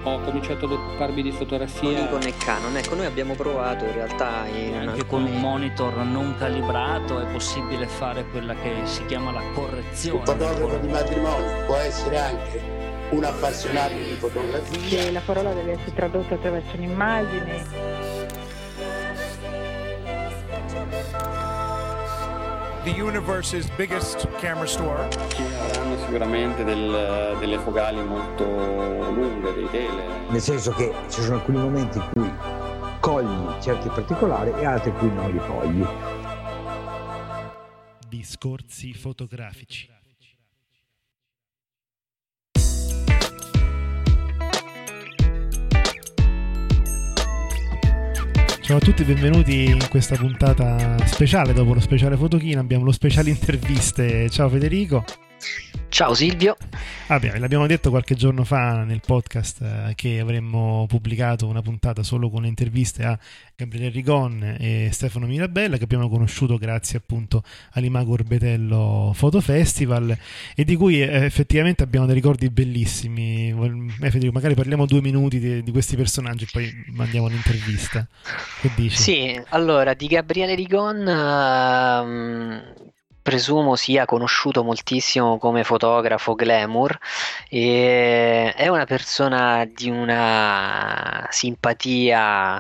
Ho cominciato ad occuparmi di fotografia. Nikon e Canon, ecco, noi abbiamo provato in realtà anche con un monitor non calibrato è possibile fare quella che si chiama la correzione. Un fotografo di matrimonio può essere anche un appassionato di fotografia. Che la parola deve essere tradotta attraverso un'immagine. The universe's biggest camera store. Ci avranno sicuramente delle focali molto lunghe, dei tele. Nel senso che ci sono alcuni momenti in cui cogli certi particolari e altri in cui non li cogli. Discorsi fotografici. Ciao a tutti, benvenuti in questa puntata speciale. Dopo lo speciale Fotochina abbiamo lo speciale interviste. Ciao Federico. Ciao Silvio. L'abbiamo detto qualche giorno fa nel podcast che avremmo pubblicato una puntata solo con le interviste a Gabriele Rigon e Stefano Mirabella, che abbiamo conosciuto grazie appunto all'Imago Orbetello Photo Festival e di cui effettivamente abbiamo dei ricordi bellissimi. Federico, magari parliamo 2 minuti di questi personaggi e poi mandiamo l'intervista. Che dici? Sì, allora di Gabriele Rigon presumo sia conosciuto moltissimo come fotografo glamour e è una persona di una simpatia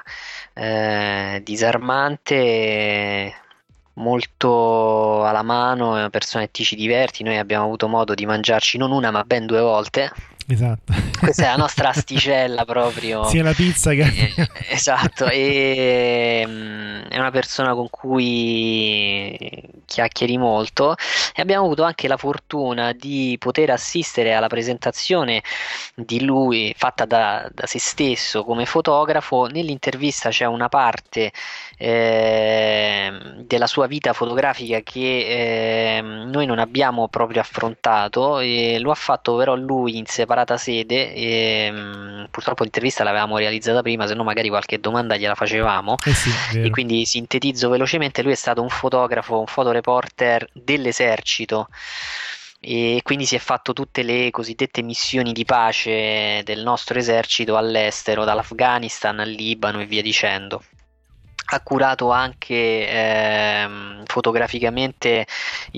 disarmante, molto alla mano, è una persona che ti ci diverti. Noi abbiamo avuto modo di mangiarci non una ma ben 2 volte. Esatto. Questa è la nostra asticella proprio. Sia la pizza che... esatto, e è una persona con cui chiacchieri molto e abbiamo avuto anche la fortuna di poter assistere alla presentazione di lui fatta da se stesso come fotografo. Nell'intervista c'è una parte della sua vita fotografica che noi non abbiamo proprio affrontato e lo ha fatto però lui in separata sede e purtroppo l'intervista l'avevamo realizzata prima, se no magari qualche domanda gliela facevamo. Sì, e quindi sintetizzo velocemente: lui è stato un fotografo, un fotoreporter dell'esercito e quindi si è fatto tutte le cosiddette missioni di pace del nostro esercito all'estero, dall'Afghanistan al Libano e via dicendo. Ha curato anche fotograficamente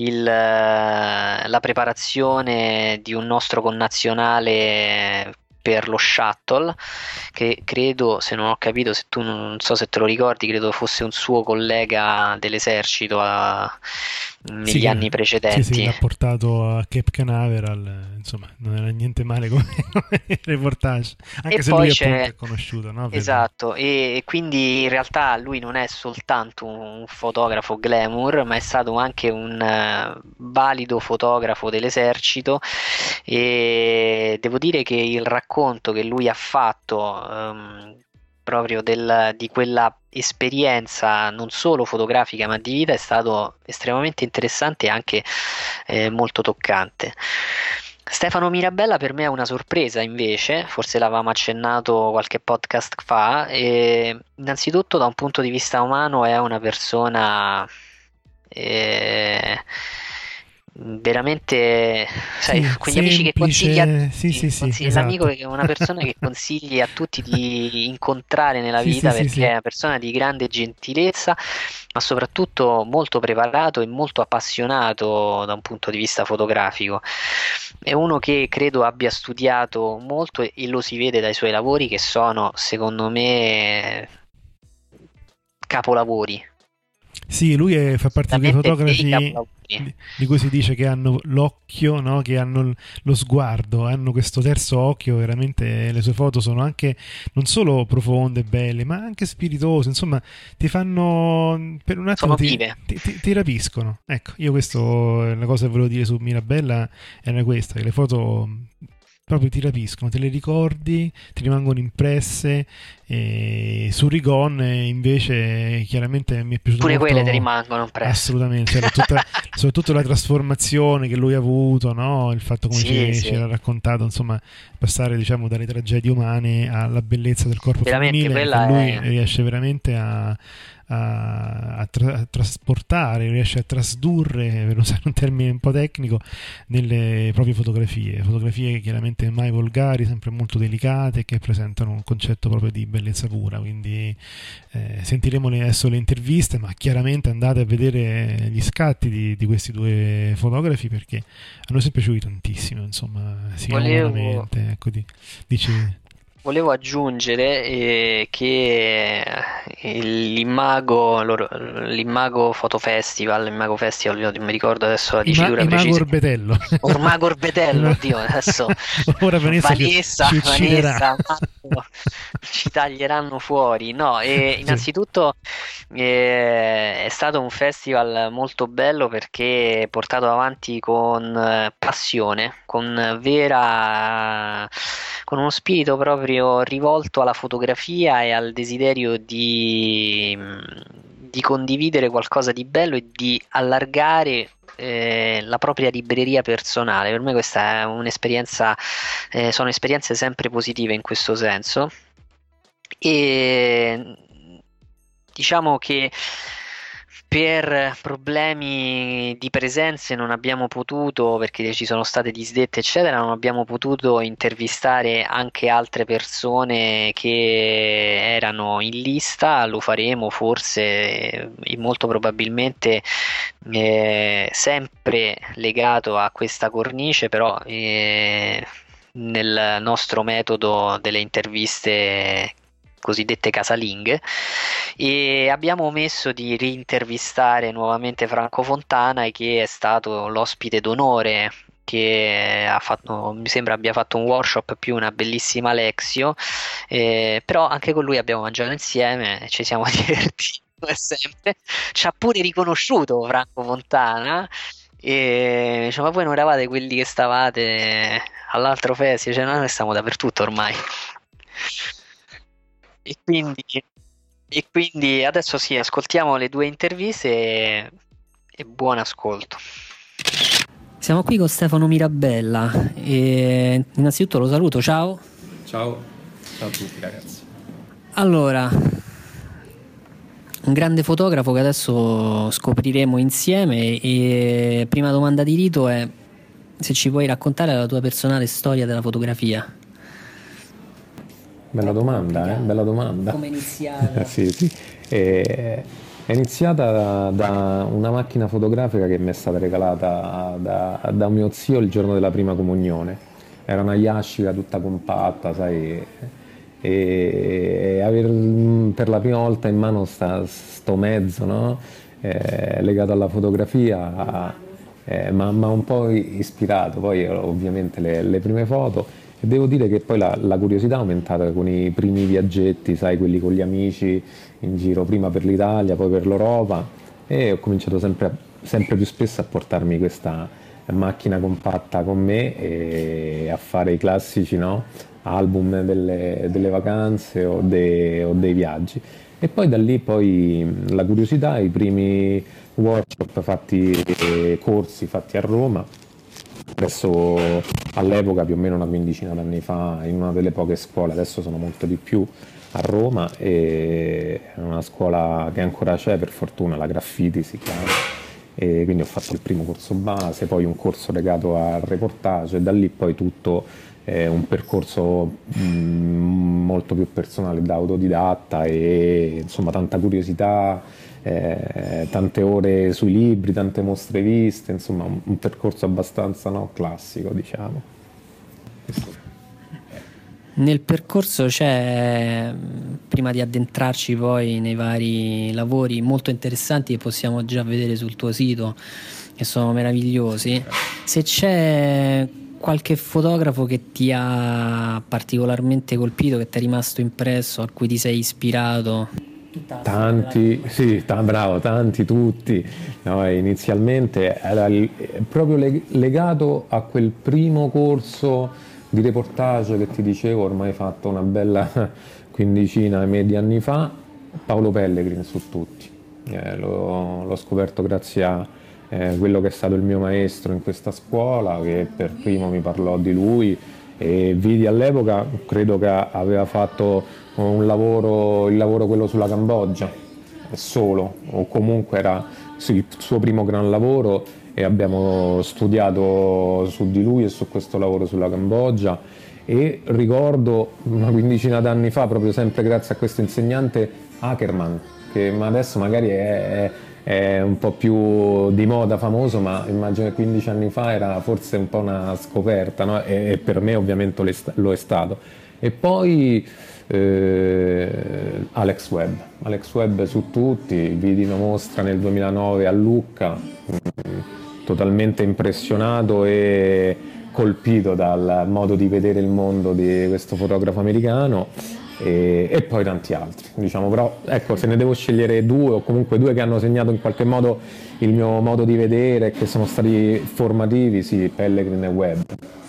la preparazione di un nostro connazionale per lo shuttle, che credo, se non ho capito, se tu non so se te lo ricordi, credo fosse un suo collega dell'esercito negli anni precedenti. Sì, l'ha portato a Cape Canaveral, insomma non era niente male come reportage, anche e se poi lui appunto è conosciuto, no? Esatto, e quindi in realtà lui non è soltanto un fotografo glamour, ma è stato anche un valido fotografo dell'esercito e devo dire che il racconto che lui ha fatto proprio di quella esperienza non solo fotografica ma di vita è stato estremamente interessante e anche molto toccante. Stefano Mirabella per me è una sorpresa invece, forse l'avevamo accennato qualche podcast fa, e innanzitutto da un punto di vista umano è una persona veramente, sai, quegli amici che consigli l'amico che è una persona che consigli a tutti di incontrare nella vita perché è una persona di grande gentilezza ma soprattutto molto preparato e molto appassionato da un punto di vista fotografico. È uno che credo abbia studiato molto e lo si vede dai suoi lavori, che sono secondo me capolavori. Sì, lui fa parte di quei fotografi di cui si dice che hanno l'occhio, no? Che hanno lo sguardo, hanno questo terzo occhio. Veramente le sue foto sono anche non solo profonde e belle, ma anche spiritose. Insomma, ti fanno per un attimo ti rapiscono. Ecco, io questo è la cosa che volevo dire su Mirabella, era questa, che le foto proprio ti rapiscono, te le ricordi, ti rimangono impresse. E su Rigon invece chiaramente mi è piaciuto pure molto, quelle ti rimangono impresse assolutamente, soprattutto la trasformazione che lui ha avuto, no? Il fatto come ci era raccontato, insomma, passare diciamo dalle tragedie umane alla bellezza del corpo veramente femminile, lui riesce veramente a trasportare, riesce a trasdurre, per usare un termine un po' tecnico, nelle proprie fotografie chiaramente mai volgari, sempre molto delicate, che presentano un concetto proprio di bellezza pura. Quindi sentiremo adesso le interviste, ma chiaramente andate a vedere gli scatti di questi due fotografi, perché a noi sempre piaciuti tantissimo, insomma, sia umanamente, ecco, dicevi. Volevo aggiungere che l'Imago Photo Festival, l'Imago Festival, io non mi ricordo adesso la dicitura precisa. Imago Orbetello. Ormago Orbetello, oddio, adesso ora Vanessa ci taglieranno fuori. No, innanzitutto è stato un festival molto bello, perché portato avanti con passione, con uno spirito proprio rivolto alla fotografia e al desiderio di condividere qualcosa di bello e di allargare la propria libreria personale. Per me questa è un'esperienza, sono esperienze sempre positive in questo senso, e diciamo che per problemi di presenze non abbiamo potuto, perché ci sono state disdette eccetera, non abbiamo potuto intervistare anche altre persone che erano in lista. Lo faremo forse e molto probabilmente sempre legato a questa cornice, però nel nostro metodo delle interviste cosiddette casalinghe, e abbiamo omesso di rintervistare nuovamente Franco Fontana, che è stato l'ospite d'onore, che mi sembra abbia fatto un workshop più una bellissima lezione, però anche con lui abbiamo mangiato insieme e ci siamo divertiti come sempre. Ci ha pure riconosciuto Franco Fontana e diciamo: ma voi non eravate quelli che stavate all'altro festival? Cioè, noi stiamo dappertutto ormai. E quindi adesso sì, ascoltiamo le due interviste e buon ascolto. Siamo qui con Stefano Mirabella e innanzitutto lo saluto, ciao. Ciao a tutti ragazzi. Allora, un grande fotografo che adesso scopriremo insieme, e prima domanda di rito è se ci puoi raccontare la tua personale storia della fotografia. Bella domanda, bella domanda. Come è iniziata? Sì. È iniziata da una macchina fotografica che mi è stata regalata da mio zio il giorno della prima comunione. Era una Yashica tutta compatta, sai, e aver per la prima volta in mano sto mezzo, no? Legato alla fotografia mi ha un po' ispirato. Poi ovviamente le prime foto. E devo dire che poi la curiosità è aumentata con i primi viaggetti, sai, quelli con gli amici in giro, prima per l'Italia, poi per l'Europa, e ho cominciato sempre più spesso a portarmi questa macchina compatta con me e a fare i classici, no? Album delle vacanze o dei viaggi. E poi da lì la curiosità, i primi workshop corsi fatti a Roma. Adesso all'epoca più o meno una quindicina d'anni fa in una delle poche scuole, adesso sono molto di più, a Roma, e è una scuola che ancora c'è per fortuna, la Graffiti si chiama, e quindi ho fatto il primo corso base, poi un corso legato al reportage e da lì poi tutto un percorso molto più personale da autodidatta e insomma tanta curiosità. Tante ore sui libri, tante mostre viste, insomma un percorso abbastanza classico, diciamo. Nel percorso c'è, prima di addentrarci poi nei vari lavori molto interessanti che possiamo già vedere sul tuo sito, che sono meravigliosi, se c'è qualche fotografo che ti ha particolarmente colpito, che ti è rimasto impresso, a cui ti sei ispirato? Tanti, sì, bravo, tanti, tutti. No, inizialmente era proprio legato a quel primo corso di reportage che ti dicevo, ormai fatto una bella quindicina di anni fa, Paolo Pellegrin su tutti. L'ho scoperto grazie a quello che è stato il mio maestro in questa scuola, che per primo mi parlò di lui, e vidi all'epoca, credo che aveva fatto il lavoro quello sulla Cambogia, solo, o comunque era il suo primo gran lavoro, e abbiamo studiato su di lui e su questo lavoro sulla Cambogia. E ricordo una quindicina d'anni fa, proprio sempre grazie a questo insegnante Ackerman, che adesso magari è un po' più di moda, famoso, ma immagino che 15 anni fa era forse un po' una scoperta, no? E per me ovviamente lo è stato. E poi Alex Webb su tutti, il video mostra nel 2009 a Lucca, totalmente impressionato e colpito dal modo di vedere il mondo di questo fotografo americano, e poi tanti altri, diciamo. Però ecco, se ne devo scegliere due, o comunque due che hanno segnato in qualche modo il mio modo di vedere, che sono stati formativi, sì, Pellegrin e Webb.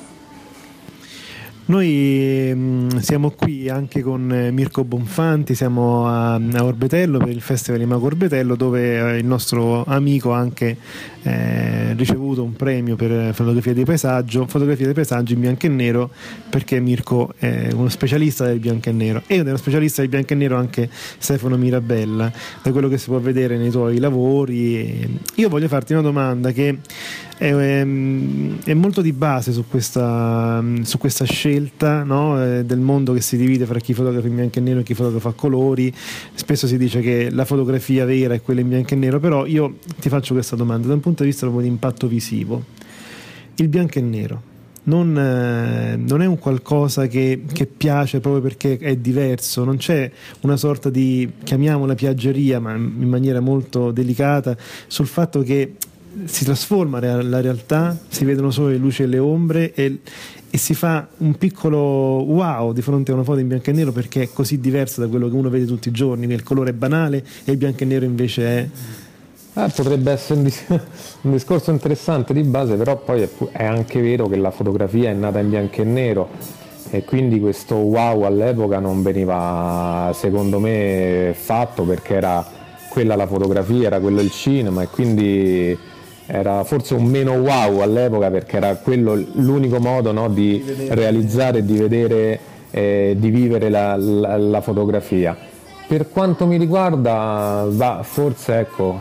Noi siamo qui anche con Mirko Bonfanti, siamo a Orbetello per il Festival di Mago Orbetello, dove il nostro amico ha anche ricevuto un premio per fotografia di paesaggio in bianco e nero, perché Mirko è uno specialista del bianco e nero, ed è uno specialista del bianco e nero anche Stefano Mirabella, da quello che si può vedere nei tuoi lavori. Io voglio farti una domanda che è molto di base su questa scelta, no? Del mondo che si divide fra chi fotografa in bianco e nero e chi fotografa a colori. Spesso si dice che la fotografia vera è quella in bianco e nero, però io ti faccio questa domanda da un punto di vista proprio di impatto visivo. Il bianco e nero non è un qualcosa che piace proprio perché è diverso, non c'è una sorta di, chiamiamola piaggeria, ma in maniera molto delicata, sul fatto che si trasforma la realtà, si vedono solo le luci e le ombre, e si fa un piccolo wow di fronte a una foto in bianco e nero, perché è così diverso da quello che uno vede tutti i giorni, che il colore è banale e il bianco e nero invece è... Potrebbe essere un discorso interessante di base, però poi è anche vero che la fotografia è nata in bianco e nero, e quindi questo wow all'epoca non veniva, secondo me, fatto perché era quella la fotografia, era quello il cinema, e quindi era forse un meno wow all'epoca perché era quello l'unico modo, no, di realizzare, di vedere, di vivere la fotografia. Per quanto mi riguarda, forse ecco,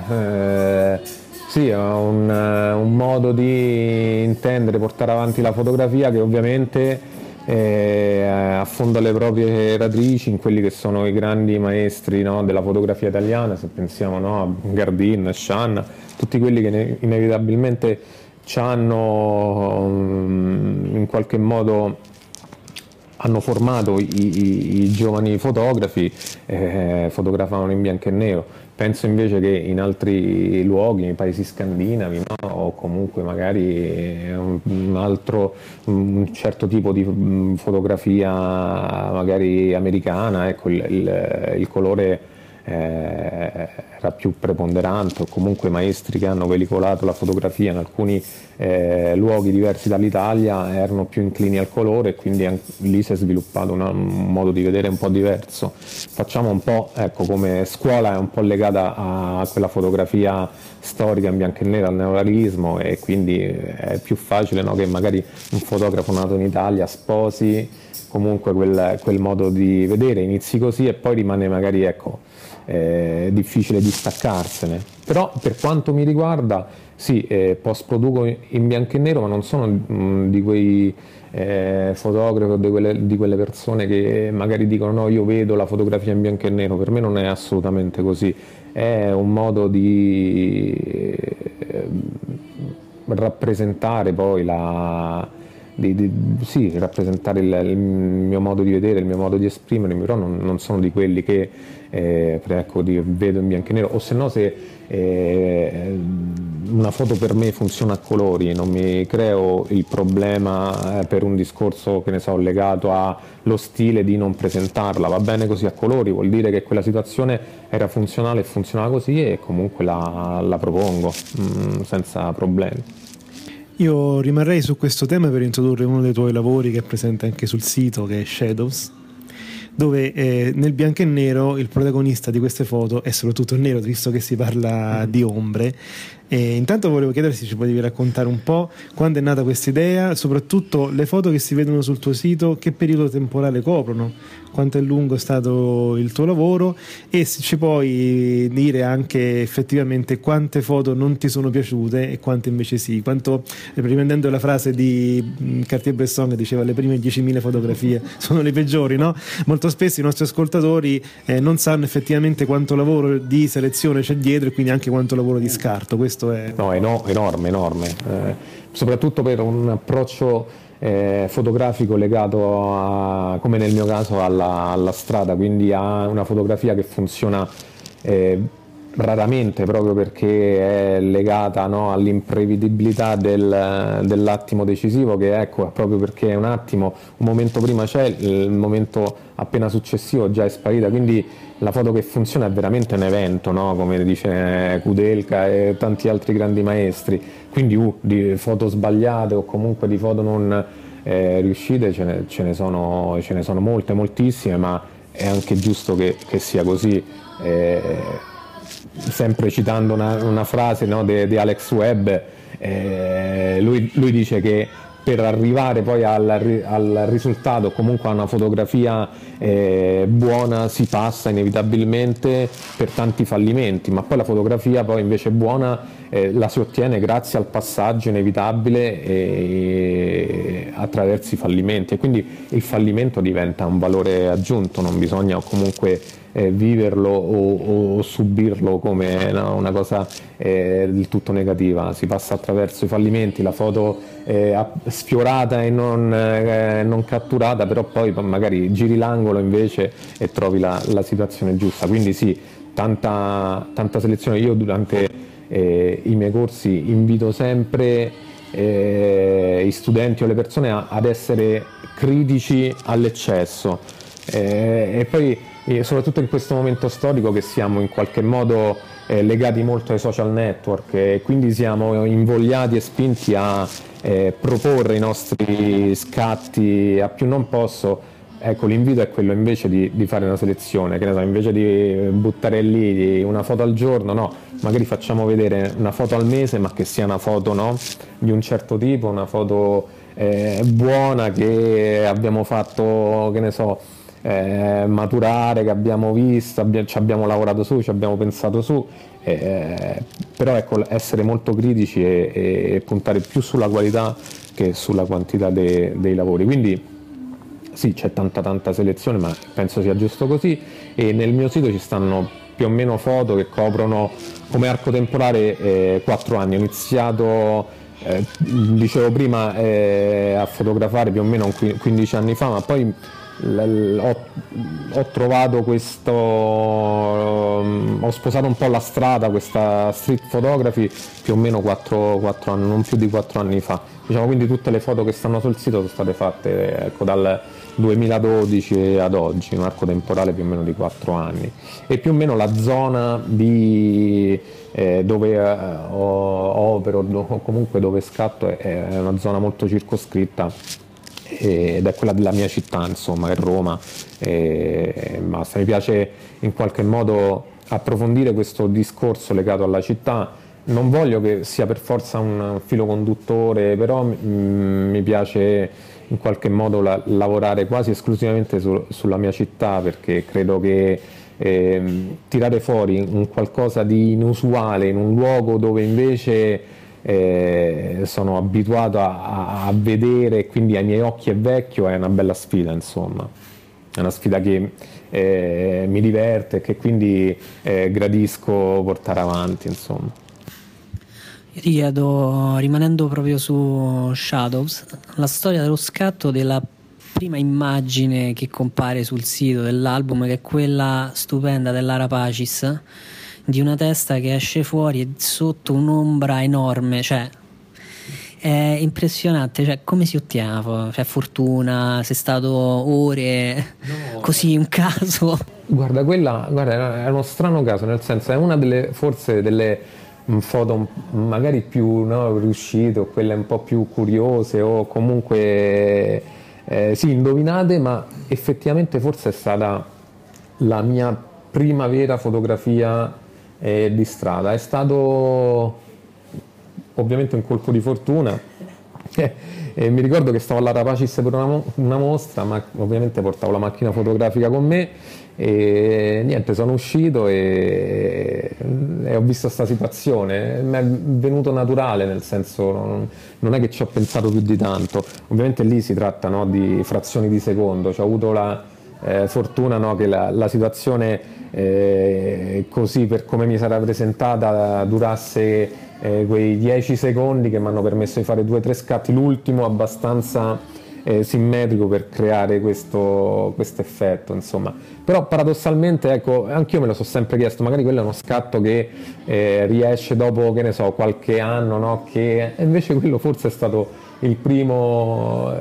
sì, è un modo di intendere, portare avanti la fotografia che ovviamente affonda le proprie radici in quelli che sono i grandi maestri, no, della fotografia italiana, se pensiamo, no, a Gardin, Scianna, tutti quelli che inevitabilmente ci hanno in qualche modo hanno formato i giovani fotografi, fotografavano in bianco e nero. Penso invece che in altri luoghi, nei paesi scandinavi, no? O comunque magari un certo tipo di fotografia magari americana, ecco, il colore era più preponderante, o comunque maestri che hanno veicolato la fotografia in alcuni luoghi diversi dall'Italia erano più inclini al colore, e quindi lì si è sviluppato un modo di vedere un po' diverso. Facciamo un po', ecco, come scuola è un po' legata a quella fotografia storica in bianco e nero, al neorealismo, e quindi è più facile, no, che magari un fotografo nato in Italia sposi comunque quel modo di vedere, inizi così e poi rimane magari, ecco, difficile distaccarsene. Però per quanto mi riguarda, sì, post produco in bianco e nero, ma non sono di quei fotografi o di quelle persone che magari dicono no, io vedo la fotografia in bianco e nero. Per me non è assolutamente così, è un modo di rappresentare poi sì, rappresentare il mio modo di vedere, il mio modo di esprimermi, però non sono di quelli che ecco, vedo in bianco e nero, o se no, se una foto per me funziona a colori, non mi creo il problema per un discorso, che ne so, legato allo stile, di non presentarla. Va bene così a colori, vuol dire che quella situazione era funzionale e funzionava così, e comunque la propongo senza problemi. Io rimarrei su questo tema per introdurre uno dei tuoi lavori che è presente anche sul sito, che è Shadows, dove nel bianco e nero il protagonista di queste foto è soprattutto il nero, visto che si parla di ombre, E intanto volevo chiedere se ci potevi raccontare un po' quando è nata questa idea, soprattutto le foto che si vedono sul tuo sito, che periodo temporale coprono, quanto è lungo è stato il tuo lavoro, e se ci puoi dire anche effettivamente quante foto non ti sono piaciute e quante invece sì, quanto, riprendendo la frase di Cartier-Bresson che diceva le prime 10.000 fotografie sono le peggiori, no? Molto spesso i nostri ascoltatori non sanno effettivamente quanto lavoro di selezione c'è dietro e quindi anche quanto lavoro di scarto. Questo è enorme, soprattutto per un approccio fotografico legato a, come nel mio caso, alla strada, quindi a una fotografia che funziona raramente, proprio perché è legata, no, all'imprevedibilità dell'attimo decisivo, che ecco, proprio perché è un attimo, un momento prima c'è, il momento appena successivo già è sparita, quindi la foto che funziona è veramente un evento, no? Come dice Kudelka e tanti altri grandi maestri, quindi di foto sbagliate o comunque di foto non riuscite ce ne sono molte, moltissime, ma è anche giusto che sia così. Sempre citando una frase, no, di Alex Webb, lui dice che per arrivare poi al risultato, comunque a una fotografia buona, si passa inevitabilmente per tanti fallimenti, ma poi la fotografia poi invece buona la si ottiene grazie al passaggio inevitabile attraverso i fallimenti, e quindi il fallimento diventa un valore aggiunto, non bisogna comunque viverlo o subirlo come, no, una cosa del tutto negativa. Si passa attraverso i fallimenti, la foto sfiorata e non catturata, però poi magari giri l'angolo invece e trovi la situazione giusta. Quindi sì, tanta selezione. Io durante i miei corsi invito sempre gli studenti o le persone ad essere critici all'eccesso, e poi soprattutto in questo momento storico che siamo in qualche modo legati molto ai social network, e quindi siamo invogliati e spinti a proporre i nostri scatti a più non posso. Ecco, l'invito è quello invece di fare una selezione, che ne so, invece di buttare lì una foto al giorno, no, magari facciamo vedere una foto al mese, ma che sia una foto, no, di un certo tipo, una foto buona che abbiamo fatto, che ne so, maturare, che abbiamo visto, ci abbiamo lavorato su, ci abbiamo pensato su, però ecco, essere molto critici e puntare più sulla qualità che sulla quantità dei lavori. Quindi sì, c'è tanta selezione, ma penso sia giusto così, e nel mio sito ci stanno più o meno foto che coprono come arco temporale 4 anni. Ho iniziato, dicevo prima, a fotografare più o meno 15 anni fa, ma poi ho trovato questo, ho sposato un po' la strada, questa street photography più o meno 4 anni, non più di 4 anni fa, diciamo. Quindi tutte le foto che stanno sul sito sono state fatte, ecco, dal 2012 ad oggi, un arco temporale più o meno di 4 anni, e più o meno la zona dove opero o comunque dove scatto è una zona molto circoscritta, ed è quella della mia città, insomma, è Roma, e basta. Mi piace in qualche modo approfondire questo discorso legato alla città. Non voglio che sia per forza un filo conduttore, però mi piace in qualche modo lavorare quasi esclusivamente sulla mia città, perché credo che tirare fuori un qualcosa di inusuale in un luogo dove invece sono abituato a vedere, quindi ai miei occhi è vecchio, è una bella sfida, insomma. È una sfida che mi diverte e che quindi gradisco portare avanti, insomma. Io ti chiedo, rimanendo proprio su Shadows, la storia dello scatto della prima immagine che compare sul sito dell'album, che è quella stupenda dell'Ara Pacis, di una testa che esce fuori e sotto un'ombra enorme, cioè è impressionante, cioè come si ottiene, cioè fortuna, sei stato ore, no, così un caso? Guarda, è uno strano caso, nel senso è una delle forse delle foto magari più, no, riuscite, o quelle un po' più curiose o comunque sì, indovinate, ma effettivamente forse è stata la mia prima vera fotografia di strada. È stato ovviamente un colpo di fortuna. E mi ricordo che stavo alla Rapacis per una mostra, ma ovviamente portavo la macchina fotografica con me e niente, sono uscito e ho visto questa situazione. Mi è venuto naturale, nel senso non è che ci ho pensato più di tanto. Ovviamente lì si tratta, no, di frazioni di secondo. Ho avuto la fortuna, no, che la situazione così per come mi sarà presentata durasse quei 10 secondi che mi hanno permesso di fare 2 o 3 scatti, l'ultimo abbastanza simmetrico per creare questo effetto, insomma. Però paradossalmente, ecco, anch'io me lo sono sempre chiesto, magari quello è uno scatto che riesce dopo, che ne so, qualche anno, no? Che invece quello forse è stato il primo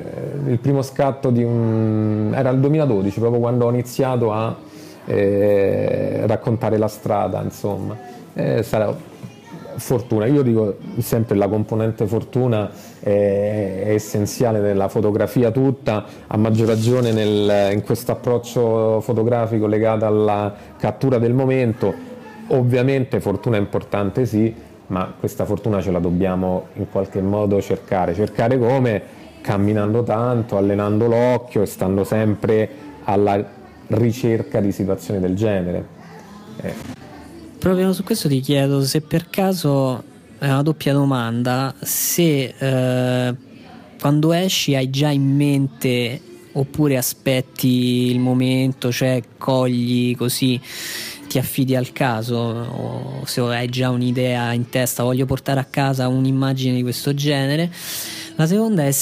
scatto era il 2012, proprio quando ho iniziato a raccontare la strada, insomma. Sarà fortuna, io dico sempre la componente fortuna è essenziale nella fotografia tutta, a maggior ragione in questo approccio fotografico legato alla cattura del momento. Ovviamente fortuna è importante, sì, ma questa fortuna ce la dobbiamo in qualche modo cercare come? Camminando tanto, allenando l'occhio e stando sempre alla ricerca di situazioni del genere. Proprio su questo ti chiedo se per caso, è una doppia domanda, se quando esci hai già in mente oppure aspetti il momento, cioè cogli così, ti affidi al caso, o se hai già un'idea in testa, voglio portare a casa un'immagine di questo genere. La seconda è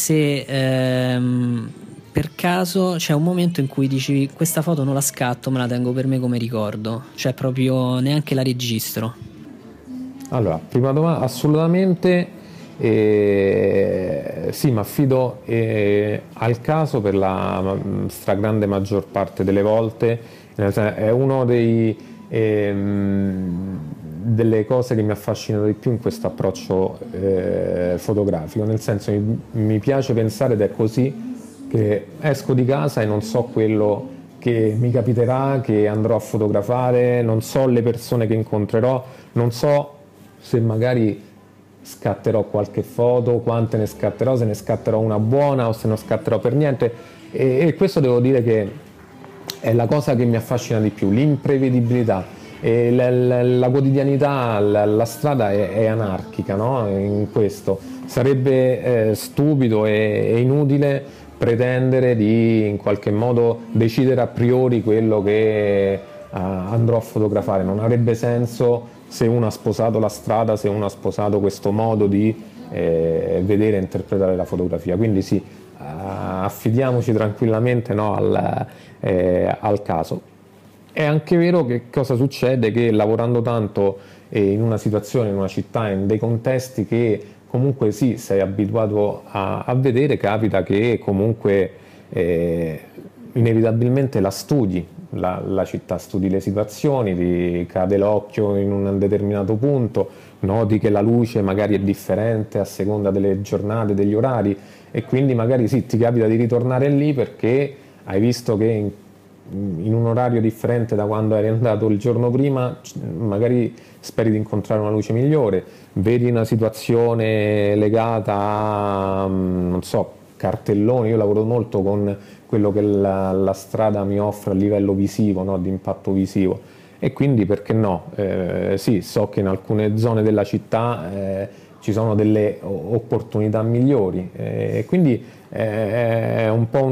se per caso c'è un momento in cui dici questa foto non la scatto, me la tengo per me come ricordo, cioè proprio neanche la registro. Allora, prima domanda, assolutamente sì, mi affido al caso per la stragrande maggior parte delle volte. È uno delle cose che mi affascinano di più in questo approccio fotografico, nel senso mi piace pensare, ed è così, che esco di casa e non so quello che mi capiterà, che andrò a fotografare, non so le persone che incontrerò, non so se magari scatterò qualche foto, quante ne scatterò, se ne scatterò una buona o se non scatterò per niente, e questo devo dire che è la cosa che mi affascina di più, l'imprevedibilità. E la quotidianità, la strada è anarchica, no? In questo sarebbe stupido e inutile pretendere di in qualche modo decidere a priori quello che andrò a fotografare. Non avrebbe senso se uno ha sposato la strada, se uno ha sposato questo modo di vedere e interpretare la fotografia. Quindi sì, affidiamoci tranquillamente, no, al caso. È anche vero che cosa succede? Che lavorando tanto in una situazione, in una città, in dei contesti che comunque sì, sei abituato a vedere, capita che comunque inevitabilmente la studi, la città, studi le situazioni, ti cade l'occhio in un determinato punto, noti che la luce magari è differente a seconda delle giornate, degli orari, e quindi magari sì, ti capita di ritornare lì perché hai visto che in un orario differente da quando eri andato il giorno prima, magari speri di incontrare una luce migliore, vedi una situazione legata a, non so, cartelloni. Io lavoro molto con quello che la strada mi offre a livello visivo, no? Di impatto visivo, e quindi perché no? Sì, so che in alcune zone della città ci sono delle opportunità migliori, e quindi è un po'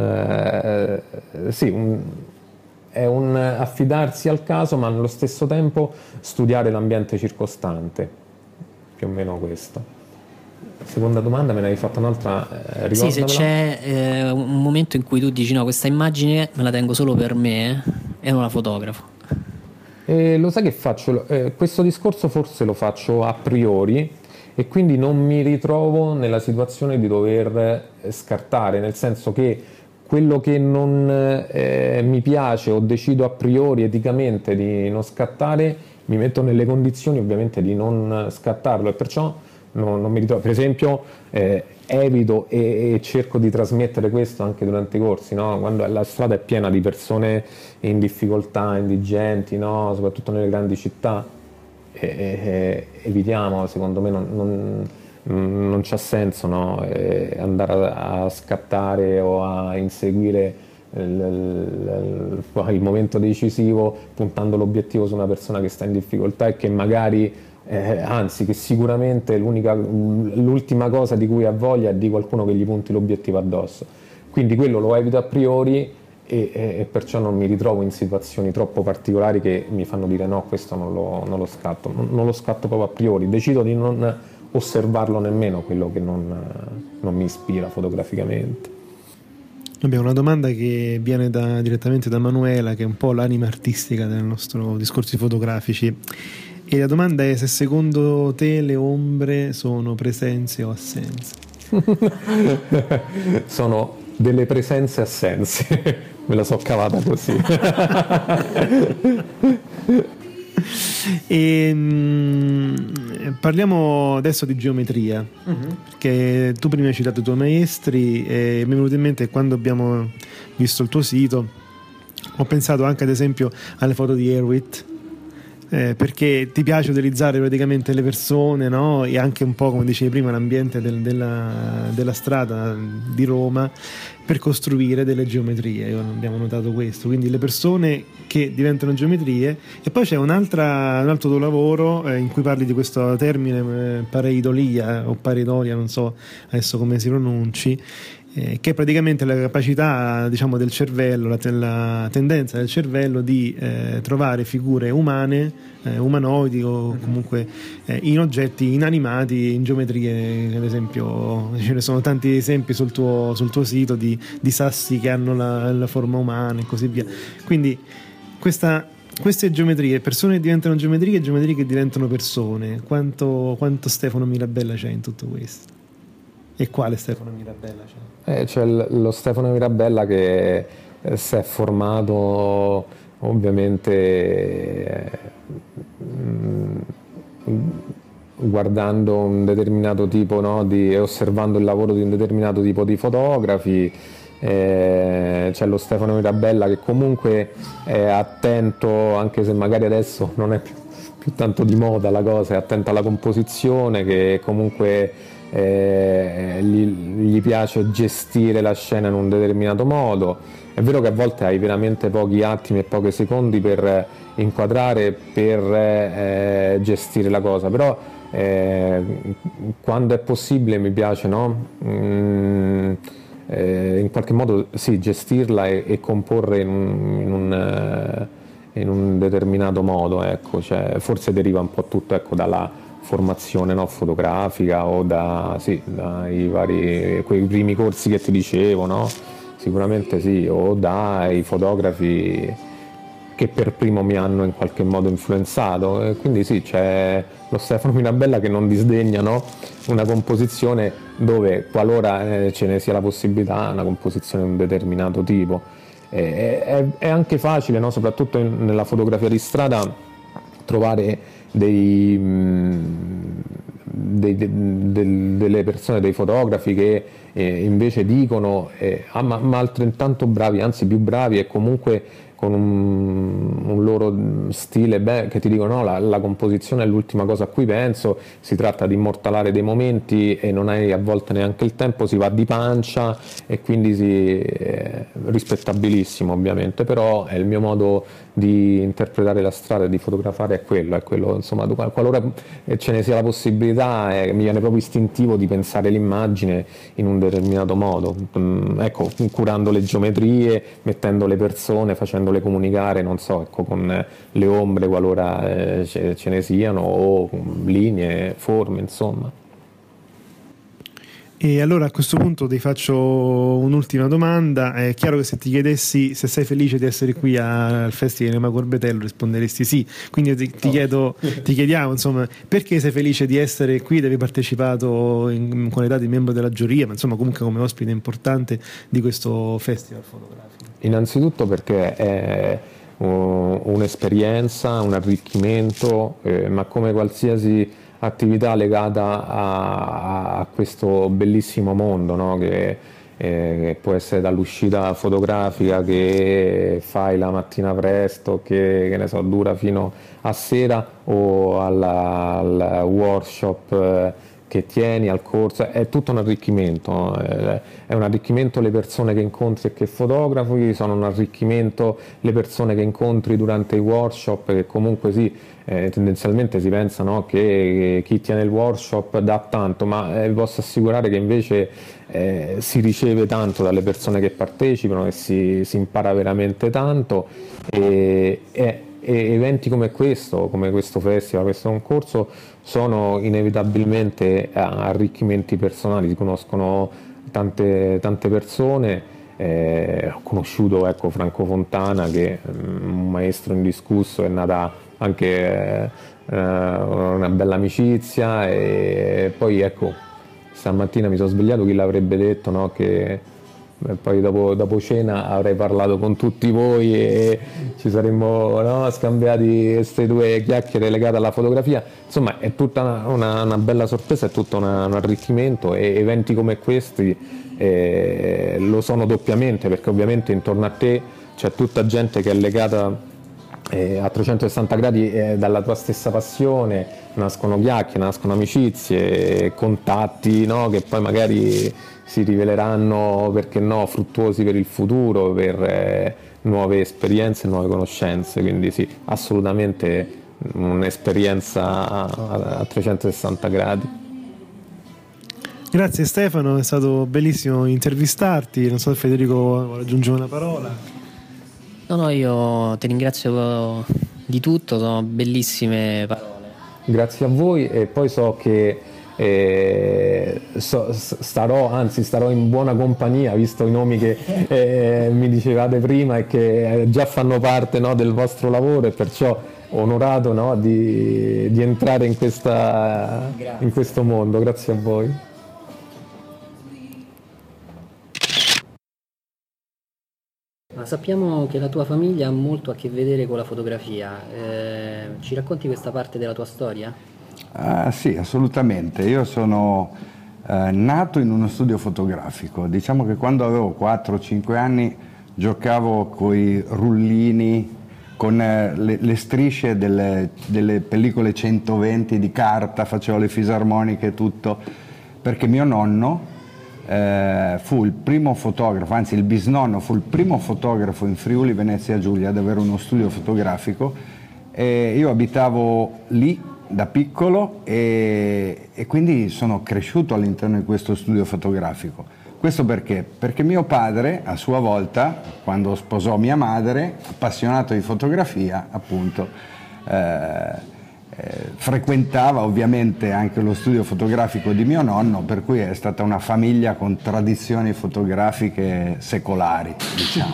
è un affidarsi al caso, ma allo stesso tempo studiare l'ambiente circostante, più o meno questo. Seconda domanda, me ne hai fatta un'altra, sì, se c'è un momento in cui tu dici no, questa immagine me la tengo solo per me e non la fotografo. Lo sai che faccio? Questo discorso forse lo faccio a priori, e quindi non mi ritrovo nella situazione di dover scartare, nel senso che quello che non mi piace o decido a priori eticamente di non scattare, mi metto nelle condizioni ovviamente di non scattarlo, e perciò non mi ritrovo. Per esempio evito e cerco di trasmettere questo anche durante i corsi, no? Quando la strada è piena di persone in difficoltà, indigenti, no? Soprattutto nelle grandi città, evitiamo, secondo me non c'ha senso, no? Andare a scattare o a inseguire il momento decisivo puntando l'obiettivo su una persona che sta in difficoltà e che magari anzi che sicuramente l'ultima cosa di cui ha voglia è di qualcuno che gli punti l'obiettivo addosso, quindi quello lo evito a priori e perciò non mi ritrovo in situazioni troppo particolari che mi fanno dire no, questo non lo scatto, non lo scatto proprio a priori, decido di non osservarlo nemmeno quello che non mi ispira fotograficamente. Abbiamo una domanda che viene direttamente da Manuela, che è un po' l'anima artistica del nostro discorsi fotografici, e la domanda è se secondo te le ombre sono presenze o assenze. Sono delle presenze assenze, me la so cavata così. Parliamo adesso di geometria, perché tu prima hai citato i tuoi maestri e mi è venuto in mente quando abbiamo visto il tuo sito, ho pensato anche ad esempio alle foto di Erwitt, perché ti piace utilizzare praticamente le persone, no? E anche un po', come dicevi prima, l'ambiente della strada di Roma per costruire delle geometrie. Abbiamo notato questo, quindi le persone che diventano geometrie. E poi c'è un altro tuo lavoro in cui parli di questo termine pareidolia o pareidolia, non so adesso come si pronunci, che è praticamente la capacità, diciamo, del cervello, la tendenza del cervello di trovare figure umane, umanoidi o comunque in oggetti inanimati, in geometrie. Ad esempio ce ne sono tanti esempi sul tuo sito di sassi che hanno la forma umana e così via. Quindi queste geometrie, persone che diventano geometrie e geometrie che diventano persone, quanto Stefano Mirabella c'è in tutto questo? E quale Stefano Mirabella c'è? C'è lo Stefano Mirabella che si è formato ovviamente guardando un determinato tipo, no, e osservando il lavoro di un determinato tipo di fotografi. C'è lo Stefano Mirabella che comunque è attento, anche se magari adesso non è più tanto di moda la cosa, è attento alla composizione, che comunque gli piace gestire la scena in un determinato modo. È vero che a volte hai veramente pochi attimi e pochi secondi per inquadrare, per gestire la cosa, però quando è possibile mi piace, no? In qualche modo sì, gestirla e comporre in un determinato modo, ecco. Cioè, forse deriva un po' tutto, ecco, dalla formazione, no, fotografica o dai quei primi corsi che ti dicevo, no? Sicuramente sì, o dai fotografi che per primo mi hanno in qualche modo influenzato, e quindi sì, c'è lo Stefano Mirabella che non disdegna, no? Una composizione dove, qualora ce ne sia la possibilità, una composizione di un determinato tipo. È anche facile, no? Soprattutto nella fotografia di strada, trovare delle persone, dei fotografi che invece dicono ma altrettanto bravi, anzi più bravi, e comunque con un loro stile, che ti dicono no, la composizione è l'ultima cosa a cui penso, si tratta di immortalare dei momenti e non hai a volte neanche il tempo, si va di pancia, e quindi rispettabilissimo ovviamente, però è il mio modo di interpretare la strada e di fotografare, è quello insomma, qualora ce ne sia la possibilità, mi viene proprio istintivo di pensare l'immagine in un determinato modo, ecco, curando le geometrie, mettendo le persone, facendole comunicare, non so, ecco, con le ombre qualora ce ne siano, o linee, forme, insomma. E allora a questo punto ti faccio un'ultima domanda. È chiaro che se ti chiedessi se sei felice di essere qui al Festival di Mago Orbetello risponderesti sì, quindi ti chiediamo insomma, perché sei felice di essere qui, di aver partecipato in qualità di membro della giuria, ma insomma comunque come ospite importante di questo festival fotografico. Innanzitutto perché è un'esperienza, un arricchimento, ma come qualsiasi attività legata a questo bellissimo mondo, no? Che può essere dall'uscita fotografica che fai la mattina presto, che ne so, dura fino a sera, o al workshop che tieni, al corso. È tutto un arricchimento, no? È un arricchimento le persone che incontri e che fotografi, sono un arricchimento le persone che incontri durante i workshop, che comunque sì, tendenzialmente si pensa, no, che chi tiene il workshop dà tanto, ma vi posso assicurare che invece si riceve tanto dalle persone che partecipano e si impara veramente tanto, e eventi come questo festival, questo concorso, sono inevitabilmente arricchimenti personali. Si conoscono tante persone. Ho conosciuto, ecco, Franco Fontana, che è un maestro indiscusso, è nata anche una bella amicizia, e poi ecco, stamattina mi sono svegliato, chi l'avrebbe detto, no, che poi dopo cena avrei parlato con tutti voi e ci saremmo, no, scambiati queste due chiacchiere legate alla fotografia. Insomma, è tutta una bella sorpresa, è tutto un arricchimento, e eventi come questi lo sono doppiamente, perché ovviamente intorno a te c'è tutta gente che è legata a 360 gradi dalla tua stessa passione, nascono chiacchiere, nascono amicizie, contatti, no, che poi magari si riveleranno, perché no, fruttuosi per il futuro, per nuove esperienze, nuove conoscenze. Quindi sì, assolutamente un'esperienza a 360 gradi. Grazie Stefano, è stato bellissimo intervistarti. Non so se Federico vuole aggiungere una parola. No, io ti ringrazio di tutto, sono bellissime parole. Grazie a voi, e poi so che starò in buona compagnia, visto i nomi che mi dicevate prima e che già fanno parte, no, del vostro lavoro, e perciò onorato, no, di entrare in questo mondo. Grazie a voi. Ma sappiamo che la tua famiglia ha molto a che vedere con la fotografia. Ci racconti questa parte della tua storia? Sì, assolutamente. Io sono nato in uno studio fotografico. Diciamo che quando avevo 4-5 anni giocavo con i rullini, con le strisce delle pellicole 120 di carta, facevo le fisarmoniche e tutto, perché mio nonno fu il primo fotografo, anzi il bisnonno fu il primo fotografo in Friuli Venezia Giulia ad avere uno studio fotografico, e io abitavo lì da piccolo e quindi sono cresciuto all'interno di questo studio fotografico. Questo perché? Perché mio padre, a sua volta, quando sposò mia madre, appassionato di fotografia, appunto, frequentava ovviamente anche lo studio fotografico di mio nonno, per cui è stata una famiglia con tradizioni fotografiche secolari, diciamo.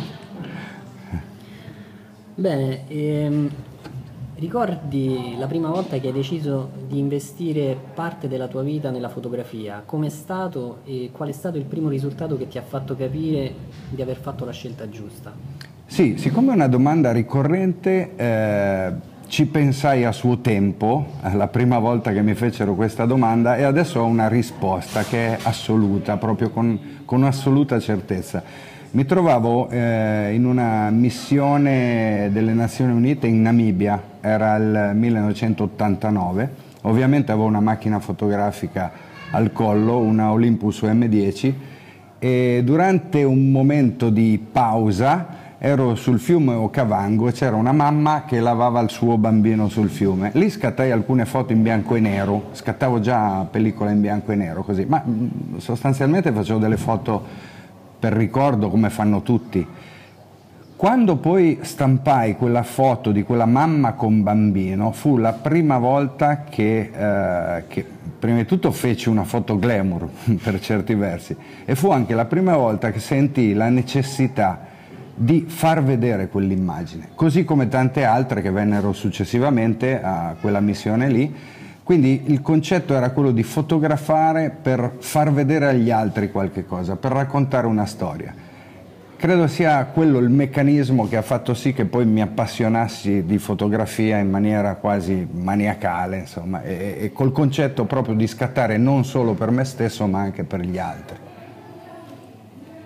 Bene, ricordi la prima volta che hai deciso di investire parte della tua vita nella fotografia? Com'è stato e qual è stato il primo risultato che ti ha fatto capire di aver fatto la scelta giusta? Sì, siccome è una domanda ricorrente, ci pensai a suo tempo, la prima volta che mi fecero questa domanda, e adesso ho una risposta che è assoluta, proprio con assoluta certezza. Mi trovavo in una missione delle Nazioni Unite in Namibia, era il 1989, ovviamente avevo una macchina fotografica al collo, una Olympus M10, e durante un momento di pausa ero sul fiume Okavango e c'era una mamma che lavava il suo bambino sul fiume. Lì scattai alcune foto in bianco e nero, scattavo già pellicola in bianco e nero così, ma sostanzialmente facevo delle foto per ricordo, come fanno tutti. Quando poi stampai quella foto di quella mamma con bambino, fu la prima volta che prima di tutto feci una foto glamour per certi versi, e fu anche la prima volta che sentii la necessità di far vedere quell'immagine, così come tante altre che vennero successivamente a quella missione lì. Quindi il concetto era quello di fotografare per far vedere agli altri qualche cosa, per raccontare una storia. Credo sia quello il meccanismo che ha fatto sì che poi mi appassionassi di fotografia in maniera quasi maniacale, insomma, e col concetto proprio di scattare non solo per me stesso ma anche per gli altri.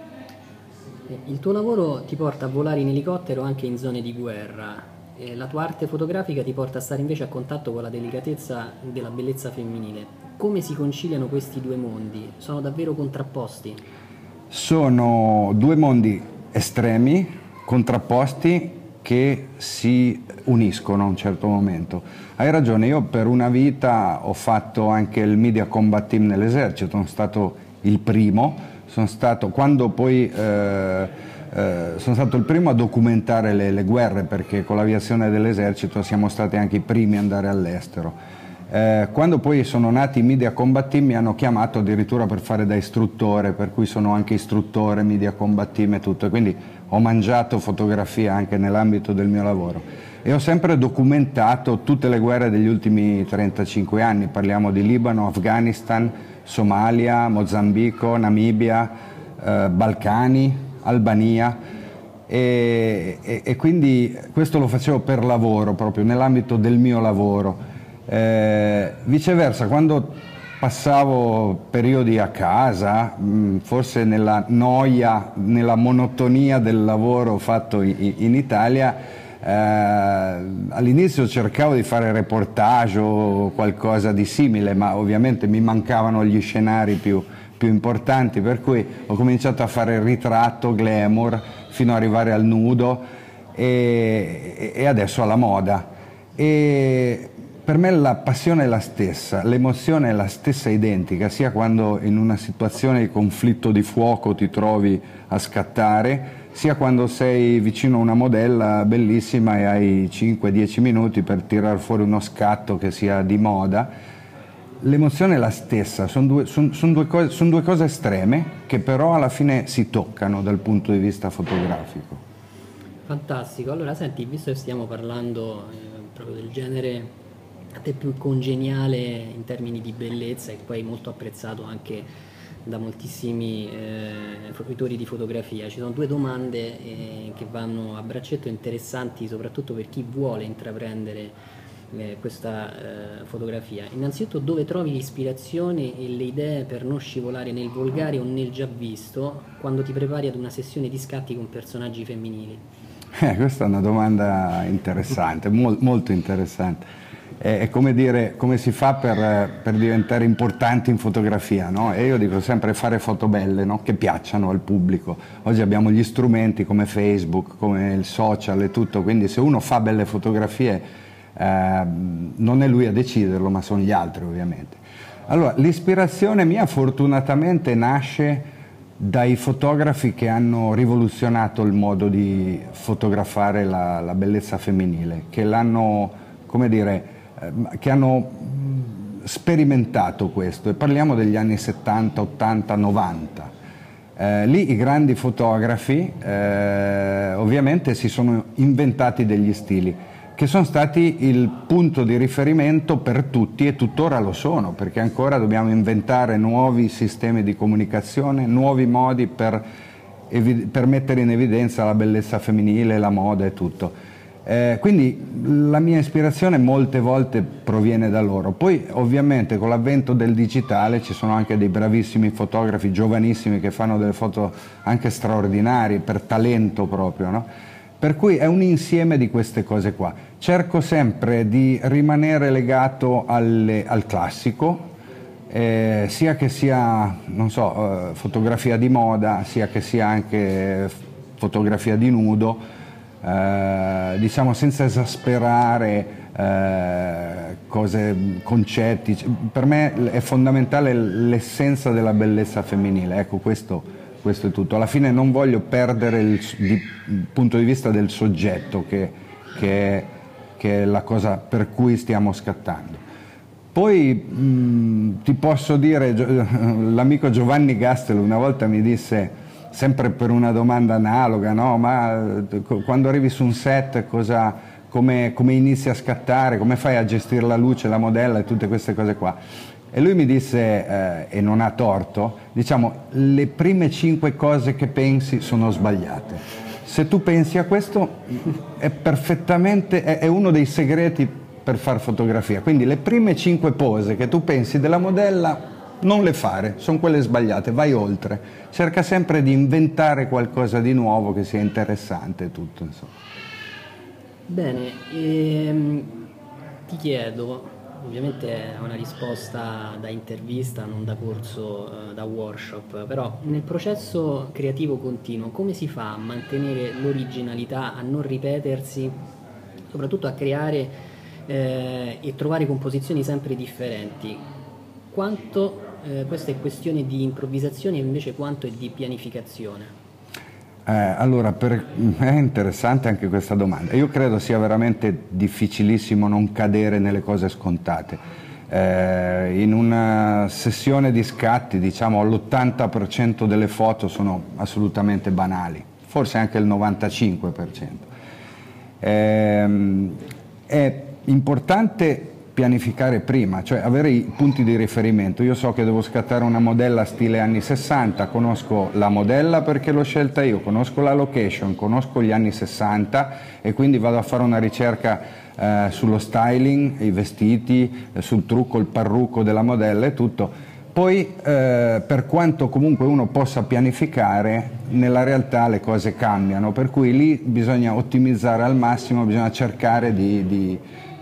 Il tuo lavoro ti porta a volare in elicottero anche in zone di guerra. La tua arte fotografica ti porta a stare invece a contatto con la delicatezza della bellezza femminile. Come si conciliano questi due mondi? Sono davvero contrapposti? Sono due mondi estremi, contrapposti, che si uniscono a un certo momento. Hai ragione, io per una vita ho fatto anche il Media Combat Team nell'esercito, sono stato il primo, quando poi sono stato il primo a documentare le guerre, perché con l'aviazione dell'esercito siamo stati anche i primi ad andare all'estero. Quando poi sono nati i Media Combat Team mi hanno chiamato addirittura per fare da istruttore, per cui sono anche istruttore, Media Combat Team e tutto, e quindi ho mangiato fotografia anche nell'ambito del mio lavoro e ho sempre documentato tutte le guerre degli ultimi 35 anni, parliamo di Libano, Afghanistan, Somalia, Mozambico, Namibia, Balcani, Albania, e quindi questo lo facevo per lavoro, proprio nell'ambito del mio lavoro. Viceversa, quando passavo periodi a casa, forse nella noia, nella monotonia del lavoro fatto in Italia, all'inizio cercavo di fare reportage o qualcosa di simile, ma ovviamente mi mancavano gli scenari più importanti, per cui ho cominciato a fare ritratto, glamour, fino ad arrivare al nudo e adesso alla moda. E per me la passione è la stessa, l'emozione è la stessa identica, sia quando in una situazione di conflitto di fuoco ti trovi a scattare, sia quando sei vicino a una modella bellissima e hai 5-10 minuti per tirar fuori uno scatto che sia di moda. L'emozione è la stessa, sono due cose estreme che però alla fine si toccano dal punto di vista fotografico. Fantastico, allora senti, visto che stiamo parlando proprio del genere a te più congeniale in termini di bellezza e poi molto apprezzato anche da moltissimi fruitori di fotografia, ci sono due domande che vanno a braccetto, interessanti soprattutto per chi vuole intraprendere questa fotografia. Innanzitutto, dove trovi l'ispirazione e le idee per non scivolare nel volgare o nel già visto quando ti prepari ad una sessione di scatti con personaggi femminili? Questa è una domanda interessante, molto interessante. È come dire, come si fa per diventare importanti in fotografia, no? E io dico sempre fare foto belle, no? Che piacciono al pubblico. Oggi abbiamo gli strumenti come Facebook, come il social e tutto, quindi se uno fa belle fotografie non è lui a deciderlo, ma sono gli altri ovviamente. Allora, l'ispirazione mia fortunatamente nasce dai fotografi che hanno rivoluzionato il modo di fotografare la bellezza femminile, che l'hanno, come dire, che hanno sperimentato questo, e parliamo degli anni 70, 80, 90. Lì i grandi fotografi ovviamente si sono inventati degli stili che sono stati il punto di riferimento per tutti e tuttora lo sono, perché ancora dobbiamo inventare nuovi sistemi di comunicazione, nuovi modi per mettere in evidenza la bellezza femminile, la moda e tutto. Quindi la mia ispirazione molte volte proviene da loro. Poi ovviamente con l'avvento del digitale ci sono anche dei bravissimi fotografi giovanissimi che fanno delle foto anche straordinarie per talento proprio, no? Per cui è un insieme di queste cose qua. Cerco sempre di rimanere legato al classico, sia che sia, non so, fotografia di moda, sia che sia anche fotografia di nudo, diciamo senza esasperare concetti. Per me è fondamentale l'essenza della bellezza femminile, ecco, questo è tutto. Alla fine non voglio perdere il punto di vista del soggetto che è la cosa per cui stiamo scattando. Poi ti posso dire, l'amico Giovanni Gastel una volta mi disse, sempre per una domanda analoga, no? Ma quando arrivi su un set come inizi a scattare, come fai a gestire la luce, la modella e tutte queste cose qua? E lui mi disse, e non ha torto, diciamo, le prime 5 cose che pensi sono sbagliate. Se tu pensi a questo è perfettamente, è uno dei segreti per far fotografia. Quindi le prime 5 pose che tu pensi della modella non le fare, sono quelle sbagliate, vai oltre, cerca sempre di inventare qualcosa di nuovo che sia interessante tutto, insomma. Bene, ti chiedo, ovviamente è una risposta da intervista, non da corso, da workshop, però nel processo creativo continuo come si fa a mantenere l'originalità, a non ripetersi, soprattutto a creare e trovare composizioni sempre differenti? Quanto questa è questione di improvvisazione e invece quanto è di pianificazione? Allora, è interessante anche questa domanda. Io credo sia veramente difficilissimo non cadere nelle cose scontate. In una sessione di scatti, diciamo, l'80% delle foto sono assolutamente banali, forse anche il 95%. È importante pianificare prima, cioè avere i punti di riferimento. Io so che devo scattare una modella stile anni 60, conosco la modella perché l'ho scelta io, conosco la location, conosco gli anni 60 e quindi vado a fare una ricerca sullo styling, i vestiti, sul trucco, il parrucco della modella e tutto. Poi per quanto comunque uno possa pianificare, nella realtà le cose cambiano, per cui lì bisogna ottimizzare al massimo, bisogna cercare di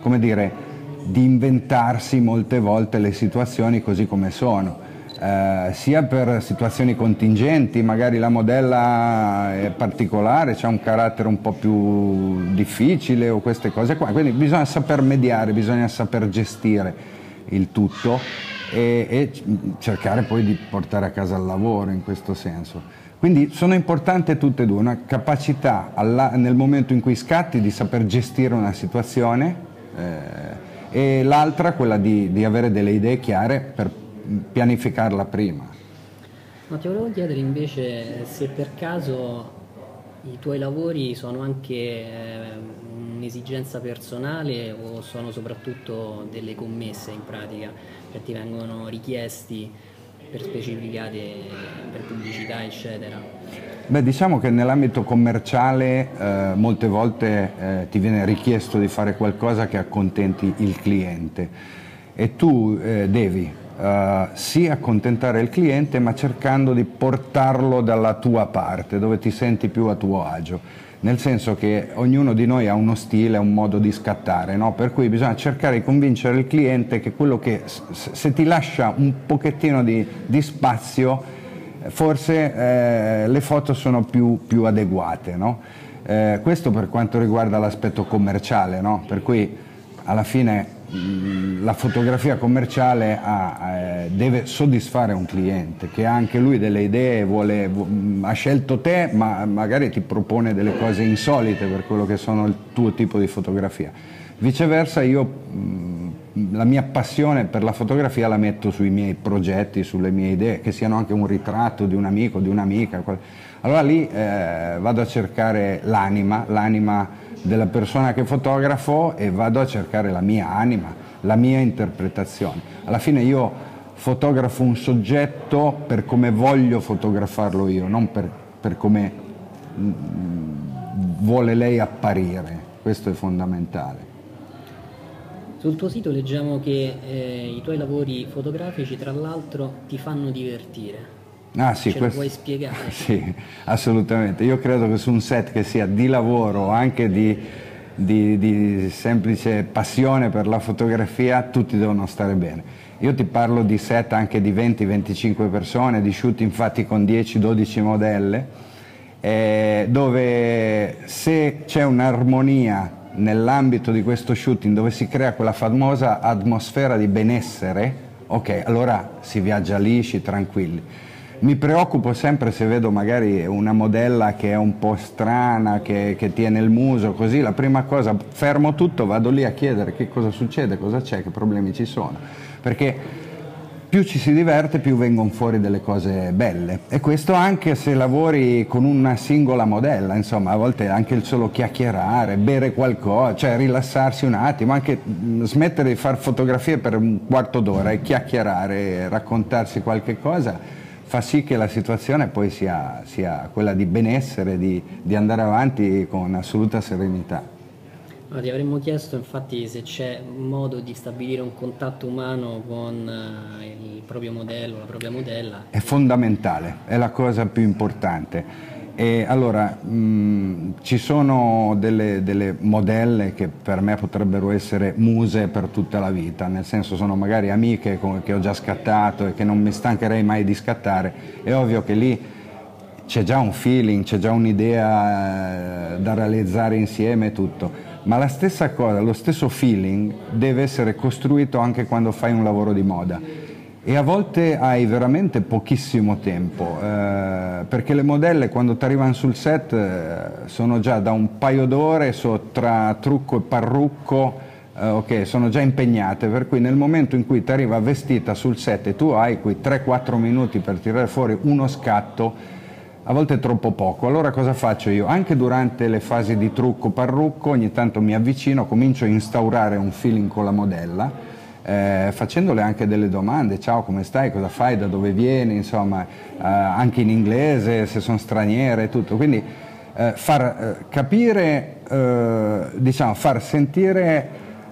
inventarsi molte volte le situazioni così come sono, sia per situazioni contingenti, magari la modella è particolare, c'ha un carattere un po' più difficile o queste cose qua, quindi bisogna saper mediare, bisogna saper gestire il tutto e cercare poi di portare a casa il lavoro in questo senso. Quindi sono importanti tutte e due, una capacità nel momento in cui scatti di saper gestire una situazione e l'altra quella di avere delle idee chiare per pianificarla prima. Ma ti volevo chiedere invece se per caso i tuoi lavori sono anche un'esigenza personale o sono soprattutto delle commesse in pratica, che ti vengono richiesti per specificate, per pubblicità eccetera? Beh, diciamo che nell'ambito commerciale molte volte ti viene richiesto di fare qualcosa che accontenti il cliente e tu devi sì accontentare il cliente, ma cercando di portarlo dalla tua parte, dove ti senti più a tuo agio, nel senso che ognuno di noi ha uno stile, un modo di scattare, no? Per cui bisogna cercare di convincere il cliente che quello che se ti lascia un pochettino di spazio, forse le foto sono più adeguate, no? Questo per quanto riguarda l'aspetto commerciale, no? Per cui alla fine la fotografia commerciale deve soddisfare un cliente che ha anche lui delle idee, ha scelto te, ma magari ti propone delle cose insolite per quello che sono il tuo tipo di fotografia. Viceversa, io la mia passione per la fotografia la metto sui miei progetti, sulle mie idee, che siano anche un ritratto di un amico, di un'amica. Allora lì vado a cercare l'anima della persona che fotografo e vado a cercare la mia anima, la mia interpretazione. Alla fine io fotografo un soggetto per come voglio fotografarlo io, non per come vuole lei apparire. Questo è fondamentale. Sul tuo sito leggiamo che i tuoi lavori fotografici, tra l'altro, ti fanno divertire. Ah, sì, Ce lo puoi spiegare? Sì, assolutamente. Io credo che su un set che sia di lavoro o anche di semplice passione per la fotografia, tutti devono stare bene. Io ti parlo di set anche di 20-25 persone, di shoot infatti con 10-12 modelle, dove se c'è un'armonia nell'ambito di questo shooting, dove si crea quella famosa atmosfera di benessere, ok, allora si viaggia lisci, tranquilli. Mi preoccupo sempre se vedo magari una modella che è un po' strana, che tiene il muso così, la prima cosa fermo tutto, vado lì a chiedere che cosa succede, cosa c'è, che problemi ci sono, perché più ci si diverte più vengono fuori delle cose belle, e questo anche se lavori con una singola modella, insomma a volte anche il solo chiacchierare, bere qualcosa, cioè rilassarsi un attimo, anche smettere di fare fotografie per un quarto d'ora e chiacchierare, raccontarsi qualche cosa, fa sì che la situazione poi sia quella di benessere, di andare avanti con assoluta serenità. Ti avremmo chiesto infatti se c'è modo di stabilire un contatto umano con il proprio modello, la propria modella. È fondamentale, è la cosa più importante. E allora ci sono delle modelle che per me potrebbero essere muse per tutta la vita, nel senso sono magari amiche che ho già scattato e che non mi stancherei mai di scattare. È ovvio che lì c'è già un feeling, c'è già un'idea da realizzare insieme e tutto. Ma la stessa cosa, lo stesso feeling deve essere costruito anche quando fai un lavoro di moda e a volte hai veramente pochissimo tempo perché le modelle quando ti arrivano sul set sono già da un paio d'ore tra trucco e parrucco, sono già impegnate, per cui nel momento in cui ti arriva vestita sul set e tu hai quei 3-4 minuti per tirare fuori uno scatto, a volte è troppo poco. Allora cosa faccio io? Anche durante le fasi di trucco, parrucco, ogni tanto mi avvicino, comincio a instaurare un feeling con la modella, facendole anche delle domande: ciao, come stai, cosa fai, da dove vieni, insomma, anche in inglese, se sono straniere e tutto. Quindi far capire, far sentire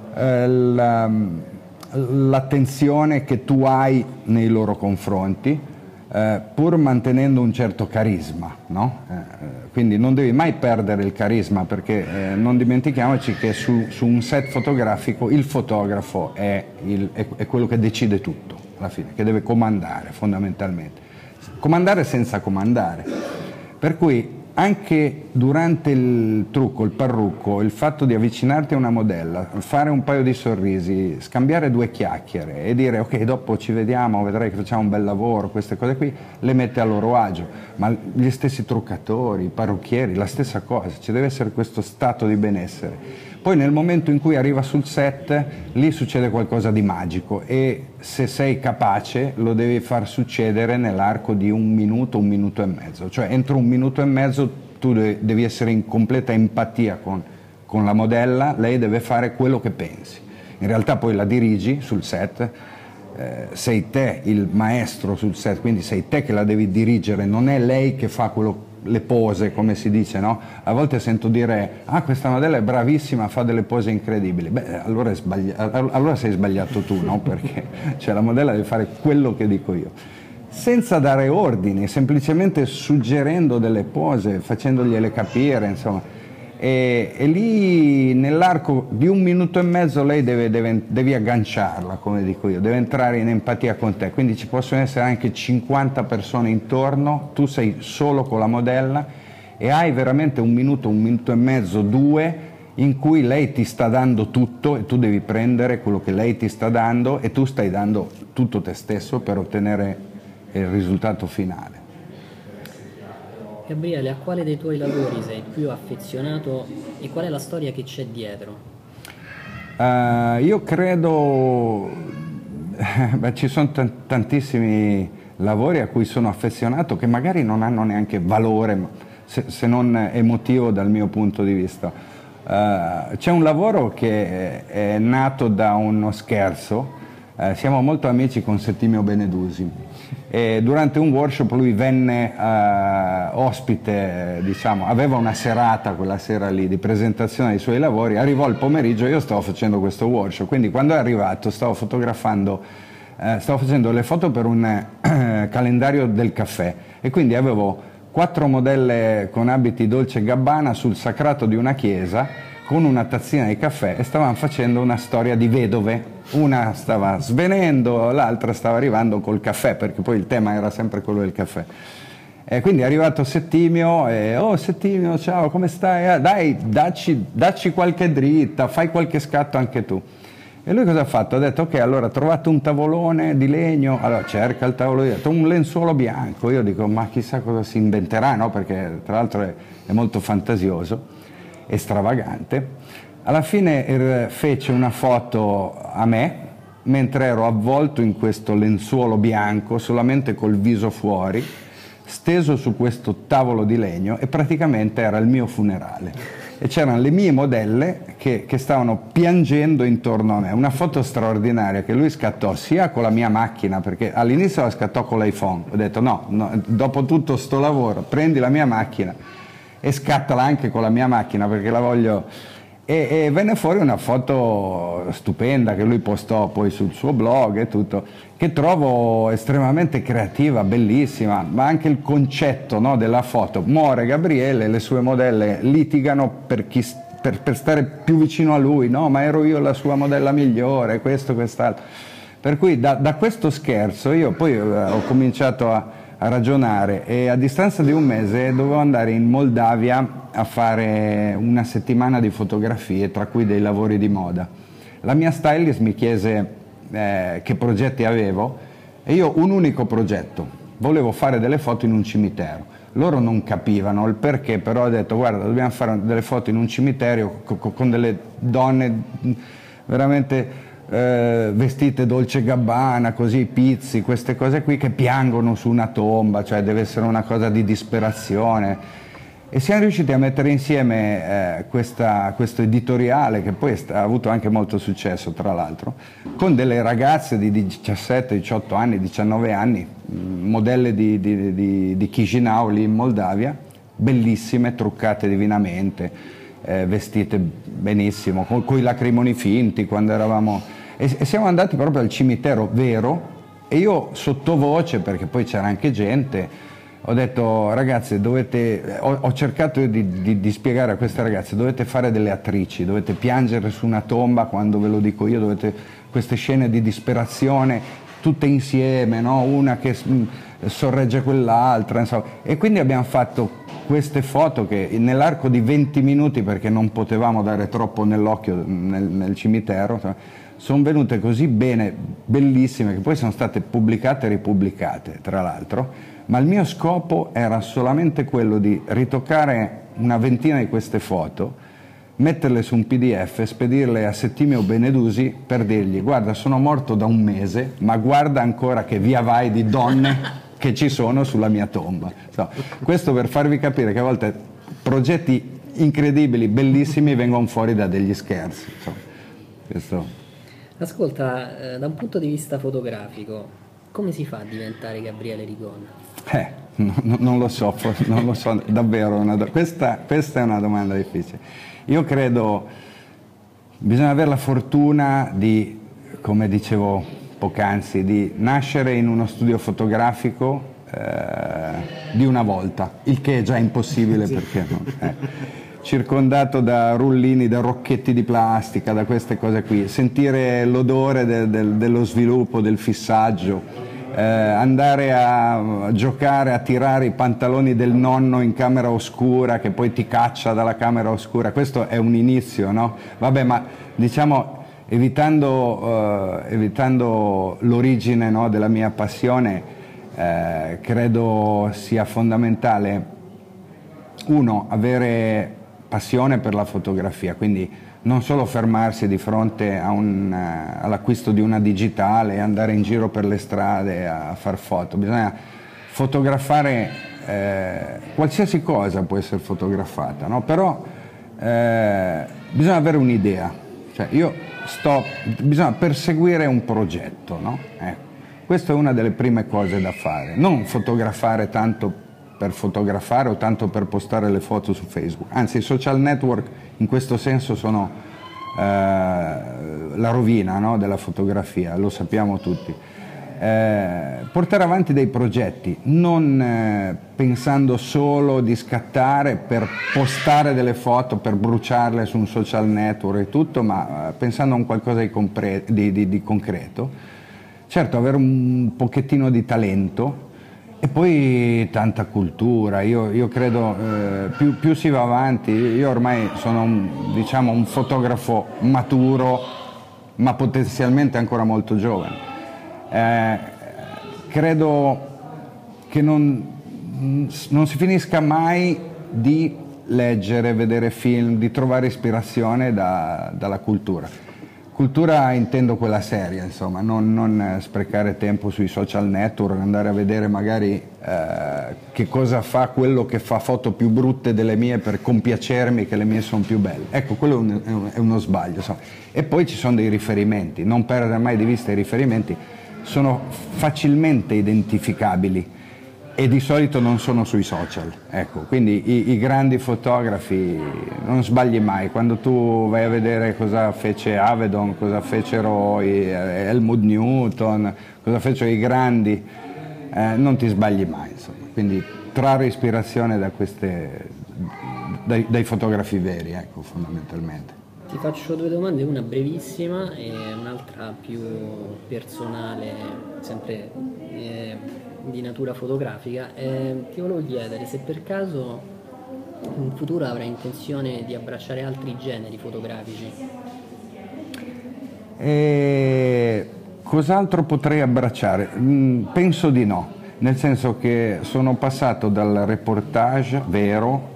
l'attenzione che tu hai nei loro confronti, pur mantenendo un certo carisma, no? Quindi non devi mai perdere il carisma, perché non dimentichiamoci che su un set fotografico il fotografo è quello che decide tutto alla fine, che deve comandare fondamentalmente, comandare senza comandare, per cui anche durante il trucco, il parrucco, il fatto di avvicinarti a una modella, fare un paio di sorrisi, scambiare due chiacchiere e dire ok, dopo ci vediamo, vedrai che facciamo un bel lavoro, queste cose qui, le mette a loro agio. Ma gli stessi truccatori, i parrucchieri, la stessa cosa, ci deve essere questo stato di benessere. Poi nel momento in cui arriva sul set, lì succede qualcosa di magico e se sei capace lo devi far succedere nell'arco di 1 minuto, 1 minuto e mezzo. Cioè entro 1 minuto e mezzo tu devi essere in completa empatia con la modella, lei deve fare quello che pensi. In realtà poi la dirigi sul set, sei te il maestro sul set, quindi sei te che la devi dirigere, non è lei che fa le pose, come si dice, no? A volte sento dire questa modella è bravissima, fa delle pose incredibili. Beh, allora sei sbagliato tu, no? Perché cioè, la modella deve fare quello che dico io, senza dare ordini, semplicemente suggerendo delle pose, facendogliele capire, insomma. E lì nell'arco di 1 minuto e mezzo lei devi agganciarla, come dico io, deve entrare in empatia con te, quindi ci possono essere anche 50 persone intorno, tu sei solo con la modella e hai veramente 1 minuto e mezzo, 2, in cui lei ti sta dando tutto e tu devi prendere quello che lei ti sta dando e tu stai dando tutto te stesso per ottenere il risultato finale. Gabriele, a quale dei tuoi lavori sei più affezionato e qual è la storia che c'è dietro? Io credo, ci sono tantissimi lavori a cui sono affezionato che magari non hanno neanche valore se non emotivo dal mio punto di vista. C'è un lavoro che è nato da uno scherzo, siamo molto amici con Settimio Benedusi. E durante un workshop lui venne ospite, diciamo, aveva una serata quella sera lì di presentazione dei suoi lavori, arrivò il pomeriggio, io stavo facendo questo workshop, quindi quando è arrivato stavo facendo le foto per un calendario del caffè e quindi avevo 4 modelle con abiti Dolce & Gabbana sul sacrato di una chiesa con una tazzina di caffè e stavano facendo una storia di vedove. Una stava svenendo, l'altra stava arrivando col caffè, perché poi il tema era sempre quello del caffè. E quindi è arrivato Settimio e oh Settimio, ciao, come stai? Dai, dacci qualche dritta, fai qualche scatto anche tu. E lui cosa ha fatto? Ha detto ok, allora trovate un tavolone di legno, allora cerca il tavolo, un lenzuolo bianco. Io dico ma chissà cosa si inventerà, no? Perché tra l'altro è molto fantasioso e stravagante. Alla fine fece una foto a me mentre ero avvolto in questo lenzuolo bianco, solamente col viso fuori, steso su questo tavolo di legno e praticamente era il mio funerale. E c'erano le mie modelle che stavano piangendo intorno a me. Una foto straordinaria che lui scattò sia con la mia macchina, perché all'inizio la scattò con l'iPhone. Ho detto no, dopo tutto sto lavoro, prendi la mia macchina e scattala anche con la mia macchina perché la voglio... E venne fuori una foto stupenda che lui postò poi sul suo blog e tutto, che trovo estremamente creativa, bellissima, ma anche il concetto, no, della foto. Muore Gabriele, le sue modelle litigano per stare più vicino a lui, no, ma ero io la sua modella migliore, questo, quest'altro. Per cui da questo scherzo io poi ho cominciato a ragionare, e a distanza di un mese dovevo andare in Moldavia a fare una settimana di fotografie, tra cui dei lavori di moda. La mia stylist mi chiese che progetti avevo, e io un unico progetto, volevo fare delle foto in un cimitero. Loro non capivano il perché, però ho detto: guarda, dobbiamo fare delle foto in un cimitero con delle donne veramente vestite Dolce Gabbana, così, Pizzi, queste cose qui, che piangono su una tomba, cioè deve essere una cosa di disperazione. E siamo riusciti a mettere insieme questo editoriale, che poi ha avuto anche molto successo, tra l'altro, con delle ragazze di 17, 18 anni, 19 anni, modelle di Chisinau, lì in Moldavia, bellissime, truccate divinamente, vestite benissimo, con i lacrimoni finti quando eravamo... E siamo andati proprio al cimitero vero, e io sottovoce, perché poi c'era anche gente, ho detto: ragazze, ho cercato di spiegare a queste ragazze: dovete fare delle attrici, dovete piangere su una tomba quando ve lo dico io, queste scene di disperazione tutte insieme, no? Una che sorregge quell'altra, insomma. E quindi abbiamo fatto queste foto che nell'arco di 20 minuti, perché non potevamo dare troppo nell'occhio nel cimitero, sono venute così bene, bellissime, che poi sono state pubblicate e ripubblicate, tra l'altro. Ma il mio scopo era solamente quello di ritoccare una ventina di queste foto, metterle su un PDF, spedirle a Settimio Benedusi per dirgli: guarda, sono morto da un mese, ma guarda ancora che via vai di donne che ci sono sulla mia tomba. Questo per farvi capire che a volte progetti incredibili, bellissimi, vengono fuori da degli scherzi. Questo. Ascolta, da un punto di vista fotografico, come si fa a diventare Gabriele Rigon? Non lo so davvero. Questa è una domanda difficile. Io credo bisogna avere la fortuna di, come dicevo poc'anzi, di nascere in uno studio fotografico di una volta, il che è già impossibile, sì. Perché no? Circondato da rullini, da rocchetti di plastica, da queste cose qui, sentire l'odore dello sviluppo, del fissaggio, andare a giocare, a tirare i pantaloni del nonno in camera oscura, che poi ti caccia dalla camera oscura. Questo è un inizio, no? Vabbè, ma diciamo, evitando l'origine, no, della mia passione, credo sia fondamentale, uno, avere passione per la fotografia, quindi non solo fermarsi di fronte all'acquisto di una digitale e andare in giro per le strade a far foto. Bisogna fotografare, qualsiasi cosa può essere fotografata, no? Però bisogna avere un'idea, cioè bisogna perseguire un progetto, no? Questa è una delle prime cose da fare, non fotografare tanto per fotografare o tanto per postare le foto su Facebook. Anzi, i social network in questo senso sono la rovina, no, della fotografia, lo sappiamo tutti. Portare avanti dei progetti, non pensando solo di scattare per postare delle foto, per bruciarle su un social network e tutto, ma pensando a un qualcosa di concreto. Certo, avere un pochettino di talento, e poi tanta cultura. Io credo più si va avanti. Io ormai sono un fotografo maturo, ma potenzialmente ancora molto giovane. Credo che non si finisca mai di leggere, vedere film, di trovare ispirazione dalla cultura. Cultura intendo quella seria, insomma, non sprecare tempo sui social network, andare a vedere magari che cosa fa quello che fa foto più brutte delle mie per compiacermi che le mie sono più belle. Ecco, quello è uno sbaglio, insomma. E poi ci sono dei riferimenti, non perdere mai di vista i riferimenti, sono facilmente identificabili e di solito non sono sui social, ecco, quindi i grandi fotografi non sbagli mai. Quando tu vai a vedere cosa fece Avedon, cosa fecero Helmut Newton, cosa fecero i grandi, non ti sbagli mai, insomma. Quindi trarre ispirazione da dai fotografi veri, ecco, fondamentalmente. Ti faccio due domande, una brevissima e un'altra più personale, sempre di natura fotografica. Ti volevo chiedere se per caso in futuro avrai intenzione di abbracciare altri generi fotografici. Cos'altro potrei abbracciare? Penso di no. Nel senso che sono passato dal reportage vero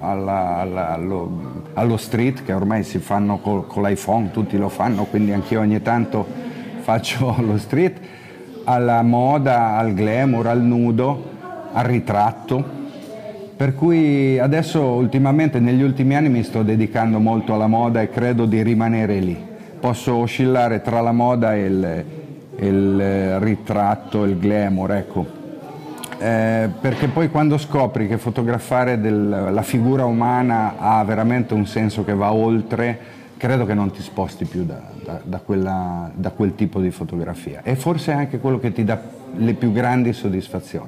allo street, che ormai si fanno con l'iPhone, tutti lo fanno, quindi anch'io ogni tanto faccio lo street, alla moda, al glamour, al nudo, al ritratto. Per cui adesso ultimamente, negli ultimi anni, mi sto dedicando molto alla moda e credo di rimanere lì. Posso oscillare tra la moda e il ritratto, il glamour, ecco. Perché poi quando scopri che fotografare la figura umana ha veramente un senso che va oltre, credo che non ti sposti più da quel tipo di fotografia, e forse è anche quello che ti dà le più grandi soddisfazioni.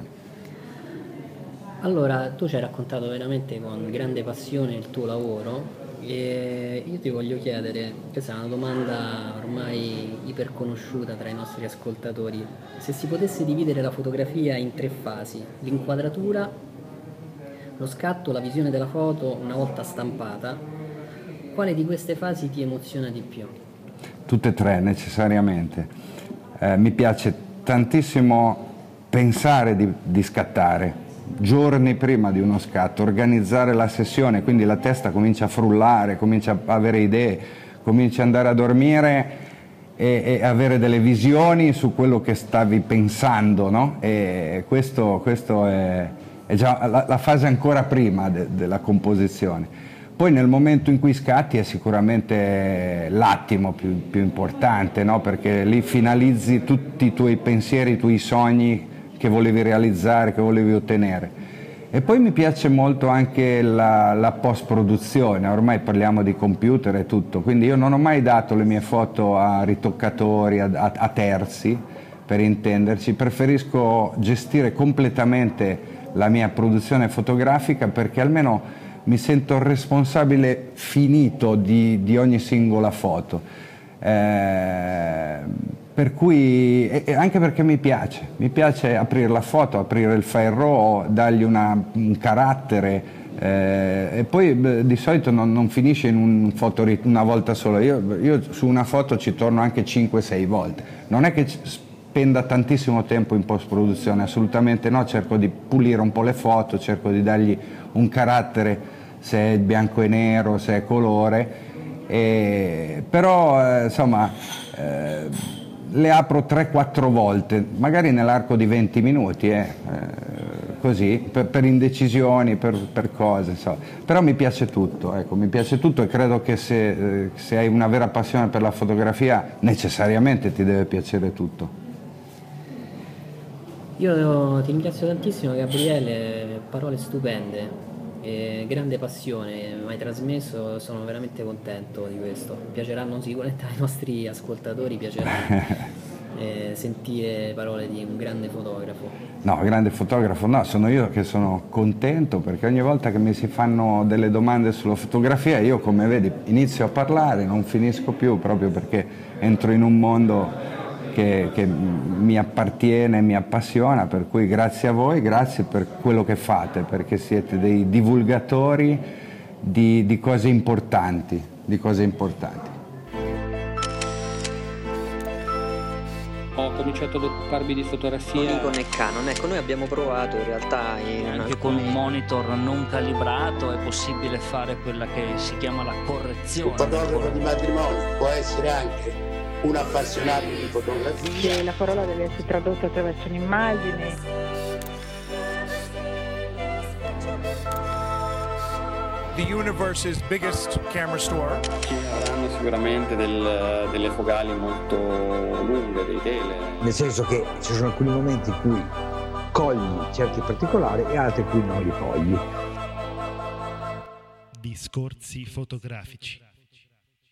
Allora, tu ci hai raccontato veramente con grande passione il tuo lavoro e io ti voglio chiedere, questa è una domanda ormai iperconosciuta tra i nostri ascoltatori, se si potesse dividere la fotografia in 3 fasi: l'inquadratura, lo scatto, la visione della foto una volta stampata, quale di queste fasi ti emoziona di più? Tutte e 3 necessariamente. Mi piace tantissimo pensare di scattare giorni prima di uno scatto, organizzare la sessione, quindi la testa comincia a frullare, comincia a avere idee, comincia ad andare a dormire e avere delle visioni su quello che stavi pensando, no? E questo è già la fase ancora prima della composizione. Poi nel momento in cui scatti è sicuramente l'attimo più importante, no? Perché lì finalizzi tutti i tuoi pensieri, i tuoi sogni che volevi realizzare, che volevi ottenere. E poi mi piace molto anche la post-produzione, ormai parliamo di computer e tutto, quindi io non ho mai dato le mie foto a ritoccatori, a terzi, per intenderci, preferisco gestire completamente la mia produzione fotografica, perché almeno mi sento responsabile finito di ogni singola foto. Per cui, anche perché mi piace aprire la foto, aprire il file RAW, dargli un carattere, e poi di solito non finisce in un una volta sola. Io su una foto ci torno anche 5-6 volte. Non è che spenda tantissimo tempo in post-produzione, assolutamente no, cerco di pulire un po' le foto, cerco di dargli un carattere, se è bianco e nero, se è colore, però insomma le apro 3-4 volte, magari nell'arco di 20 minuti, così, per indecisioni, per cose, so. Però mi piace tutto, ecco, mi piace tutto, e credo che se hai una vera passione per la fotografia, necessariamente ti deve piacere tutto. Io ti ringrazio tantissimo, Gabriele, parole stupende. Grande passione mi hai trasmesso, sono veramente contento di questo. Piaceranno sicuramente ai nostri ascoltatori, piacerà sentire parole di un grande fotografo. No, grande fotografo no, sono io che sono contento, perché ogni volta che mi si fanno delle domande sulla fotografia io, come vedi, inizio a parlare, non finisco più, proprio perché entro in un mondo che mi appartiene, mi appassiona, per cui grazie a voi, grazie per quello che fate, perché siete dei divulgatori di cose importanti, Ho cominciato ad occuparmi di fotografia. Nikon e Canon, ecco, noi abbiamo provato in realtà anche con un monitor non calibrato è possibile fare quella che si chiama la correzione. Un fotografo di matrimonio può essere anche un appassionato di fotografia. Che la parola deve essere tradotta attraverso un'immagine. The universe's biggest camera store. Che avranno sicuramente delle focali molto lunghe, dei tele. Nel senso che ci sono alcuni momenti in cui cogli certi particolari e altre in cui non li cogli. Discorsi fotografici.